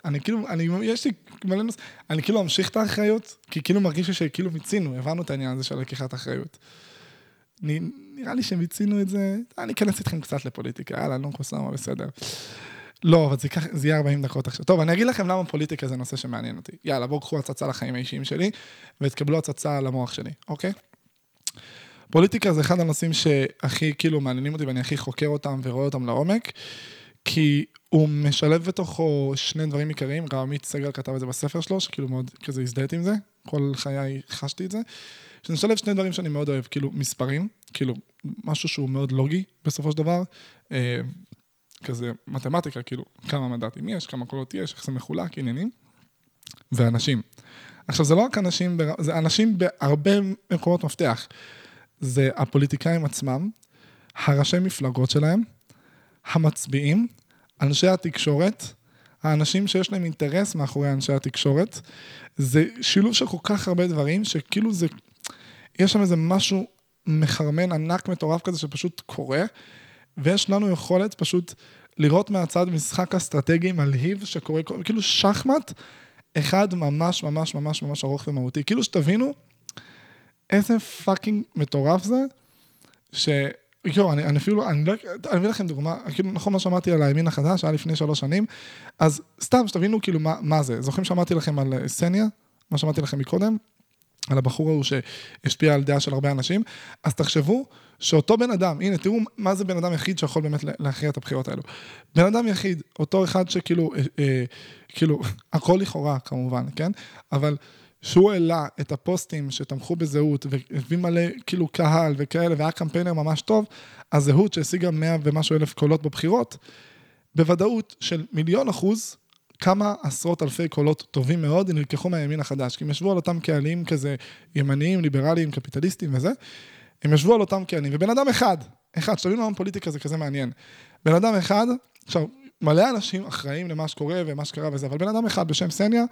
אני כאילו אמשיך את האחריות, כי כאילו מרגיש שכאילו מיצינו, הבנו את העניין הזה של לקיחת האחריות. נראה לי שמיצינו את זה, אני אכנס איתכם קצת לפוליטיקה, יאללה, לא חוסמה, בסדר. לא, אבל זה יהיה 40 דקות עכשיו. טוב, אני אגיד לכם למה פוליטיקה זה נושא שמעניין אותי. יאללה, בואו קחו הצצה לחיים האישיים שלי, ותקבלו הצצה למוח שלי, אוקיי? פוליטיקה זה אחד הנושאים שהכי כאילו מעניינים אותי, ואני הכי חוקר אותם ורואה אותם לעומק, כי הוא משלב בתוכו שני דברים עיקריים, גם עמית סגל כתב את זה בספר שלו, שכאילו מאוד כזה הזדהיתי עם זה, כל חיי חשתי את זה, שנשלב שני דברים שאני מאוד אוהב, כאילו מספרים, כאילו משהו שהוא מאוד לוגי בסופו של דבר, כזה מתמטיקה, כאילו כמה מדעתים יש, כמה קולות יש, איך זה מחולק, עניינים, ואנשים. עכשיו זה לא רק אנשים, זה אנשים בהרבה מקומות מפתח, זה הפוליטיקאים עצמם, הראשי מפלגות שלהם, המצביעים, אנשי התקשורת, האנשים שיש להם אינטרס מאחורי אנשי התקשורת, זה שילוב של כל כך הרבה דברים, שכאילו זה, יש שם איזה משהו מחרמן ענק מטורף כזה שפשוט קורה, ויש לנו יכולת פשוט לראות מהצד משחק אסטרטגי מלהיב שקורה, כאילו שחמט, אחד ממש ממש ממש ממש ארוך ומהותי, כאילו שתבינו איזה פאקינג מטורף זה, אני אפילו, אני אביא לכם דוגמה, כאילו נכון מה שאמרתי על הימין החדש, היה לפני 3 שנים, אז סתם שתבינו כאילו מה זה, זוכרים שאמרתי לכם על סניה, מה שאמרתי לכם מקודם, על הבחור ההוא שהשפיע על דעה של הרבה אנשים, אז תחשבו שאותו בן אדם, הנה תראו מה זה בן אדם יחיד שיכול באמת להכריע את הבחירות האלו, בן אדם יחיד, אותו אחד שכאילו, כאילו, הכל לכאורה כמובן, כן? אבל שהוא העלה את הפוסטים שתמכו בזהות, והביא מלא כאילו קהל וכאלה, והיה קמפיינר ממש טוב, הזהות שהשיגה 100 ומשהו אלף קולות בבחירות, בוודאות של 1,000,000%, כמה עשרות אלפי קולות טובים מאוד, נלקחו מהימין החדש, כי הם ישבו על אותם קהלים כזה, ימניים, ליברליים, קפיטליסטים וזה, הם ישבו על אותם קהלים, ובן אדם אחד, שתבינו למה פוליטיקה זה כזה מעניין, בן אדם אחד, עכשיו, מלא אנשים אחראים למה שקורה ומה שקרה וזה, אבל בן אדם אחד בשם סניה,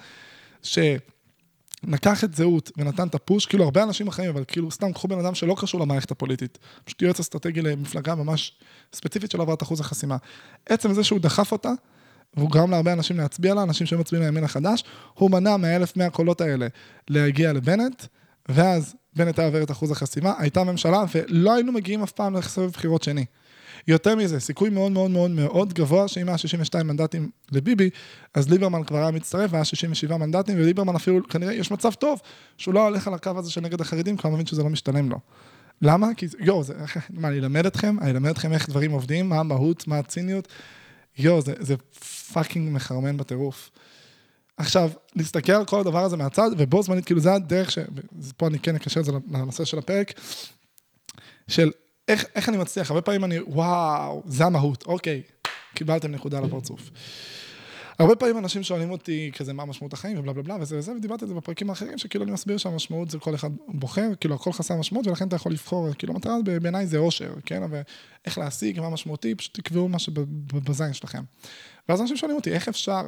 נקח את זהות ונתן את הפוש, כאילו הרבה אנשים אחרים, אבל כאילו סתם קחו בן אדם שלא קשור למערכת הפוליטית, פשוט יועץ אסטרטגי למפלגה ממש ספציפית של עברת אחוז החסימה. עצם זה שהוא דחף אותה, והוא גרם להרבה אנשים להצביע לה, אנשים שמצביעים לימין החדש, הוא מנע מה1,100 קולות האלה להגיע לבנט, ואז בנט היה עובר את אחוז החסימה, הייתה ממשלה, ולא היינו מגיעים אף פעם לסבב בחירות שני. יותר מזה, סיכוי מאוד מאוד מאוד מאוד גבוה, שאם היה 62 מנדטים לביבי, אז ליברמן כבר היה מצטרף, והיה 67 מנדטים, וליברמן אפילו, כנראה, יש מצב טוב, שהוא לא הולך על הקו הזה של נגד החרדים, כי הוא מבין שזה לא משתלם לו. למה? כי, אני אלמד אתכם איך דברים עובדים, מה המהות, מה הציניות, זה פאקינג מחרמן בטירוף. עכשיו, להסתכל על כל הדבר הזה מהצד, ובו זמנית, כאילו זה הדרך פה אני כן אקשר את זה לנושא של הפרק, של איך אני מצליח, הרבה פעמים וואו, זה המהות, אוקיי, קיבלתם נקודה לפרצוף. הרבה פעמים אנשים שואלים אותי כזה מה משמעות החיים ובלה בלה בלה וזה וזה, ודיברתי על זה בפרקים האחרים, שכאילו אני מסביר שהמשמעות זה כל אחד בוחר, כאילו הכל חסר משמעות, ולכן אתה יכול לבחור, כאילו המטרה בעיניי זה אושר, כן? ואיך להשיג, מה משמעותי, פשוט תקבעו מה שבזין שלכם. ואז אנשים שואלים אותי, איך אפשר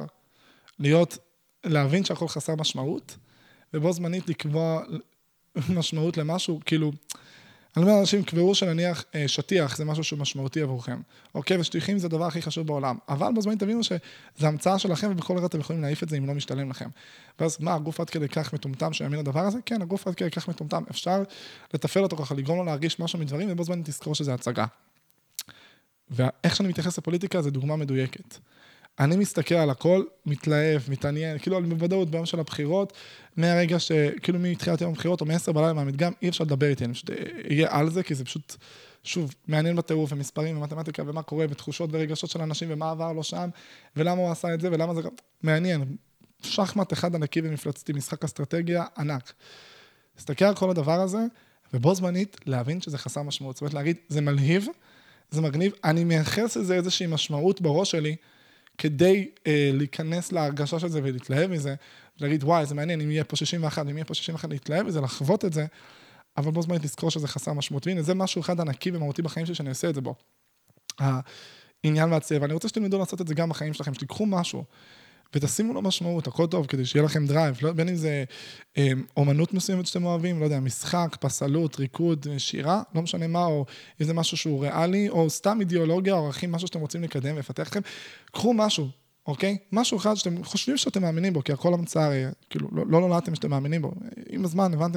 להבין שהכל חסר משמעות, ובו זמנית לקבוע משמעות למשהו, כאילו, אני אומר, אנשים קבעו שנניח שטיח, זה משהו שהוא משמעותי עבורכם. אוקיי, ושטיחים זה הדבר הכי חשוב בעולם. אבל בזמן תבינו שזה המצאה שלכם, ובכל רגע אתם יכולים להעיף את זה אם לא משתלם לכם. ואז מה, הגוף עד כדי כך מטומטם שיאמין לדבר הזה? כן, הגוף עד כדי כך מטומטם. אפשר לתפעל אותו ככה, לגרום לו להרגיש משהו מדברים, ובו זמן תזכור שזה הצגה. ואיך שאני מתייחס לפוליטיקה, זה דוגמה מדויקת. אני מסתכל על הכל, מתלהב, מתעניין, כאילו על בוודאות ביום של הבחירות, מהרגע שכאילו מתחילת יום הבחירות או מ-10 בלילה מהמדגם, אי אפשר לדבר איתי, אני פשוט אהיה על זה, כי זה פשוט, שוב, מעניין בטירוף ומספרים ומתמטיקה ומה קורה, ותחושות ורגשות של אנשים ומה עבר לו שם, ולמה הוא עשה את זה ולמה זה מעניין. שחמט אחד ענקי ומפלצתי, משחק אסטרטגיה ענק. להסתכל על כל הדבר הזה, ובו זמנית להבין שזה חסר משמעות. זאת אומרת, להגיד, זה מלהיב, זה מגניב, אני מייחס לזה איזושהי משמעות בראש שלי, כדי להיכנס להרגשה של זה ולהתלהב מזה, ולהגיד, וואי, זה מעניין, אם יהיה פה 61, אם יהיה פה 61, להתלהב מזה, לחוות את זה, אבל בו זמנית לזכור שזה חסר משמעות. והנה, זה משהו אחד ענקי ומהותי בחיים שלי, שאני אעשה את זה בו. העניין והצבע, ואני רוצה שתלמדו לעשות את זה גם בחיים שלכם, שתיקחו משהו, ותשימו לו משמעות, הכל טוב, כדי שיהיה לכם דרייב, לא, בין אם זה אומנות מסוימת שאתם אוהבים, לא יודע, משחק, פסלות, ריקוד, שירה, לא משנה מה, או איזה משהו שהוא ריאלי, או סתם אידיאולוגיה, או ערכים, משהו שאתם רוצים לקדם ולפתח לכם, קחו משהו, אוקיי? משהו אחד שאתם חושבים שאתם מאמינים בו, כי הכל המצאה, כאילו, לא נולדתם שאתם מאמינים בו. עם הזמן הבנתם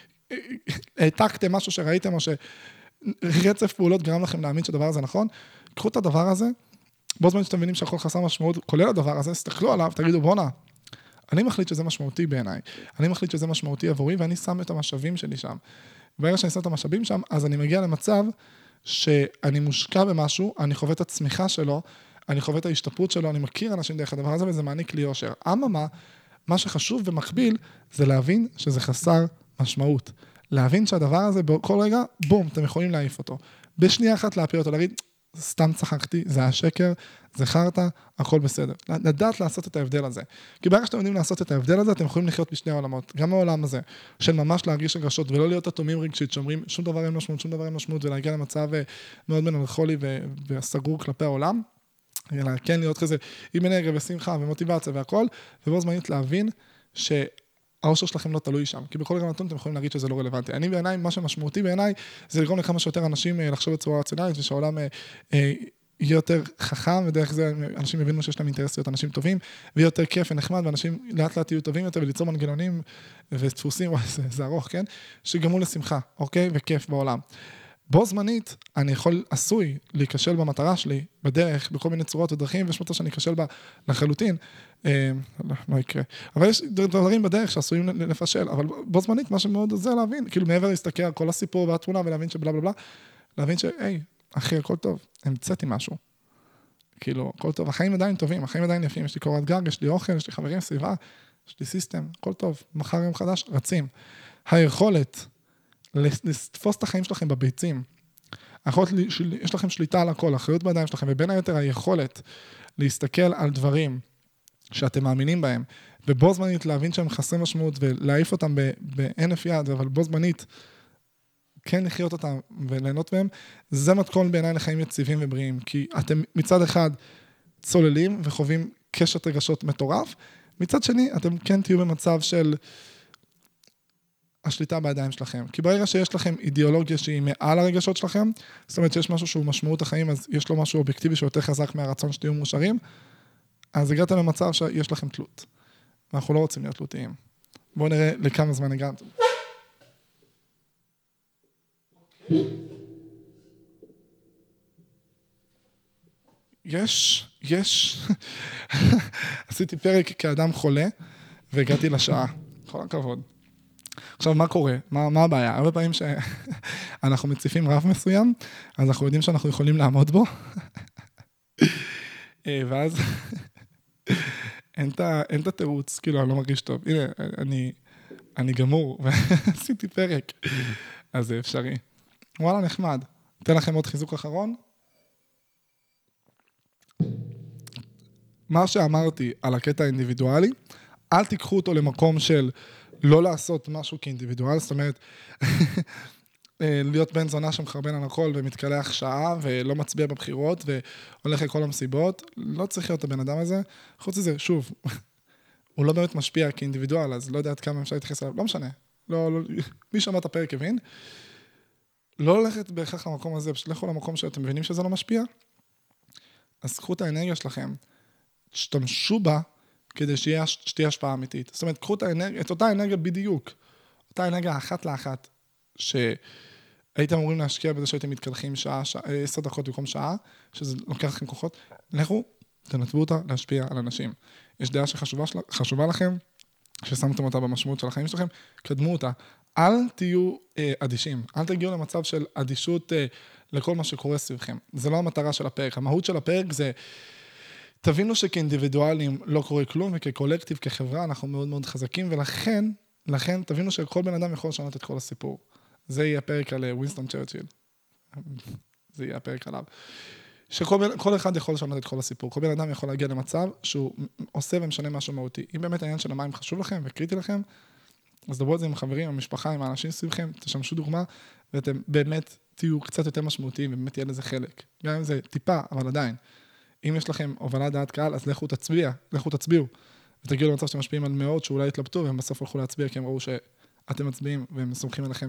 שהעתקתם משהו שראיתם, או שרצף פעולות גרם לכם להאמין שהדבר הזה נכון. קחו את הדבר הזה, בו זמן שאתם מבינים שהכל חסר משמעות, כולל הדבר הזה, תסתכלו עליו, תגידו, בונה, אני מחליט שזה משמעותי בעיניי, אני מחליט שזה משמעותי עבורי, ואני שם את המשאבים שלי שם. ברגע שאני שם את המשאבים שם, אז אני מגיע למצב שאני מושקע במשהו, אני חווה את הצמיחה שלו, אני חווה את ההשתפרות שלו, אני מכיר אנשים דרך הדבר הזה, וזה מעניק לי אושר. אממה, מה שחשוב ומקביל, זה להבין שזה חסר משמעות. להבין שהדבר הזה, בכל רגע, בום, אתם יכולים להעיף אותו. בשנייה אחת להפיל אותו, להגיד, סתם צחקתי, זה השקר, זה חרטה, הכל בסדר. לדעת לעשות את ההבדל הזה. כי ברגע שאתם יודעים לעשות את ההבדל הזה, אתם יכולים לחיות בשני העולמות. גם העולם הזה, של ממש להרגיש רגשות, ולא להיות אטומים רגשית, שאומרים שום דבר אין משמעות, שום דבר אין משמעות, ולהגיע למצב מאוד מלנכולי וסגור כלפי העולם, אלא כן להיות כזה עם אנרגיה ושמחה ומוטיבציה והכל, ובו זמנית להבין האושר שלכם לא תלוי שם, כי בכל רגע נתון אתם יכולים להגיד שזה לא רלוונטי. אני בעיניי, מה שמשמעותי בעיניי, זה לגרום לכמה שיותר אנשים לחשוב בצורה רציונלית, ושהעולם יהיה יותר חכם, ודרך זה אנשים יבינו שיש להם אינטרסיות, אנשים טובים, ויהיה יותר כיף ונחמד, ואנשים לאט לאט יהיו טובים יותר, וליצור מנגנונים ודפוסים, זה ארוך, כן? שגרמו לשמחה, אוקיי? וכיף בעולם. בו זמנית, אני עשוי להיכשל במטרה שלי, בדרך, בכל מיני צורות ודרכים, ויש מצב שאני אכשל בה לחלוטין, לא יקרה. אבל יש דברים בדרך שעשויים לפשל, אבל בו זמנית, מה שמאוד עוזר להבין, כאילו מעבר להסתכל על כל הסיפור והתמונה, ולהבין שבלה בלה בלה, להבין היי, אחי, הכל טוב, המצאתי משהו. כאילו, הכל טוב, החיים עדיין טובים, החיים עדיין יפים, יש לי קורת גג, יש לי אוכל, יש לי חברים, סביבה, יש לי סיסטם, הכל טוב, מחר יום חדש, רצים. היכולת לתפוס את החיים שלכם בביצים. יש לכם שליטה על הכל, אחריות בידיים שלכם, ובין היתר היכולת להסתכל על דברים שאתם מאמינים בהם, ובו זמנית להבין שהם חסרי משמעות, ולהעיף אותם בענף יד, אבל בו זמנית כן לחיות אותם וליהנות מהם, זה מתכון בעיניי לחיים יציבים ובריאים, כי אתם מצד אחד צוללים וחווים קשת רגשות מטורף, מצד שני אתם כן תהיו במצב של השליטה בידיים שלכם. כי ברגע שיש לכם אידיאולוגיה שהיא מעל הרגשות שלכם, זאת אומרת שיש משהו שהוא משמעות החיים, אז יש לו משהו אובייקטיבי שיותר חזק מהרצון שתהיו מאושרים, אז הגעתם למצב שיש לכם תלות. ואנחנו לא רוצים להיות תלותיים. בואו נראה לכמה זמן הגעתם. יש. עשיתי פרק כאדם חולה, והגעתי לשעה. כל הכבוד. עכשיו, מה קורה? מה הבעיה? הרבה פעמים שאנחנו מציפים רף מסוים, אז אנחנו יודעים שאנחנו יכולים לעמוד בו, ואז אין את התירוץ, כאילו, אני לא מרגיש טוב. הנה, אני גמור, ועשיתי פרק, אז זה אפשרי. וואלה, נחמד. אתן לכם עוד חיזוק אחרון. מה שאמרתי על הקטע האינדיבידואלי, אל תיקחו אותו למקום של לא לעשות משהו כאינדיבידואל, זאת אומרת, להיות בן זונה שמחרבן על הכל ומתקלח שעה ולא מצביע בבחירות והולך לכל המסיבות, לא צריך להיות הבן אדם הזה. חוץ מזה, שוב, הוא לא באמת משפיע כאינדיבידואל, אז לא יודע עד כמה אפשר להתייחס אליו, לא משנה. מי שמע את הפרק הבין. לא ללכת בהכרח למקום הזה, פשוט לכו למקום שאתם מבינים שזה לא משפיע, אז קחו את האנרגיה שלכם, תשתמשו בה כדי שתהיה השפעה אמיתית. זאת אומרת, קחו את אותה אנרגיה בדיוק, אותה אנרגיה אחת לאחת, שהייתם אמורים להשקיע בזה שהייתם מתקלחים 10 דקות במקום שעה, שזה לוקח לכם כוחות, לכו, תנתבו אותה להשפיע על אנשים. יש דעה שחשובה לכם, ששמתם אותה במשמעות של החיים שלכם, קדמו אותה. אל תהיו אדישים, אל תגיעו למצב של אדישות לכל מה שקורה סביבכם. זה לא המטרה של הפרק. המהות של הפרק זה, תבינו שכאינדיבידואלים לא קורה כלום, וכקולקטיב, כחברה, אנחנו מאוד מאוד חזקים, ולכן תבינו שכל בן אדם יכול לשנות את כל הסיפור. זה יהיה הפרק על ווינסטון צ'רצ'יל. זה יהיה הפרק עליו. שכל אחד יכול לשנות את כל הסיפור. כל בן אדם יכול להגיע למצב שהוא עושה ומשנה משהו מהותי. אם באמת העניין של המים חשוב לכם וקריטי לכם, אז דברו את זה עם החברים, עם המשפחה, עם האנשים סביבכם, תשמשו דוגמה, ואתם באמת תהיו קצת יותר משמעותיים, ובאמת יהיה לזה חלק. גם אם זה טיפה, אבל עדיין. אם יש לכם הובלת דעת קהל, אז לכו תצביעו, ותגיעו למצב שאתם משפיעים על מאות שאולי יתלבטו, והם בסוף הלכו להצביע, כי הם ראו שאתם מצביעים, והם סומכים עליכם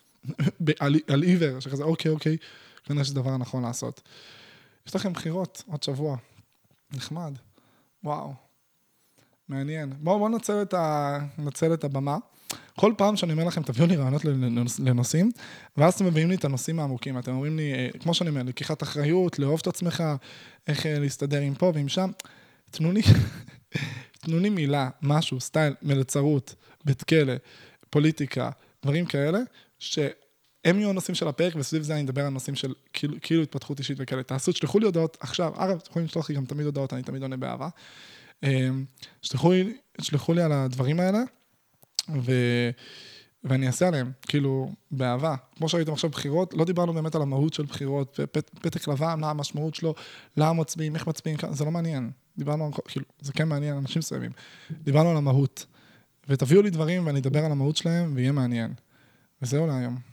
על עיוור, שכזה, אוקיי, כנראה שזה דבר הנכון לעשות. יש לכם בחירות עוד שבוע. נחמד. וואו. מעניין. בואו ננצל את הבמה. כל פעם שאני אומר לכם, תביאו לי רעיונות לנושאים, ואז אתם מביאים לי את הנושאים העמוקים. אתם אומרים לי, כמו שאני אומר, לקיחת אחריות, לאהוב את עצמך, איך להסתדר עם פה ועם שם. תנו לי מילה, משהו, סטייל, מלצרות, בית כלא, פוליטיקה, דברים כאלה, שהם יהיו הנושאים של הפרק, וסביב זה אני אדבר על נושאים של כאילו התפתחות אישית וכאלה. תעשו, תשלחו לי הודעות עכשיו. אגב, אתם יכולים לשלוח לי גם תמיד הודעות, אני תמיד עונה באהבה. תשלחו לי על הדברים האלה, ואני אעשה עליהם, כאילו, באהבה. כמו שהייתם עכשיו בחירות, לא דיברנו באמת על המהות של בחירות, פתק לבן, מה המשמעות שלו, למה מצביעים, איך מצביעים, זה לא מעניין. דיברנו על, כאילו, זה כן מעניין, אנשים מסוימים. דיברנו על המהות, ותביאו לי דברים ואני אדבר על המהות שלהם, ויהיה מעניין. וזהו להיום.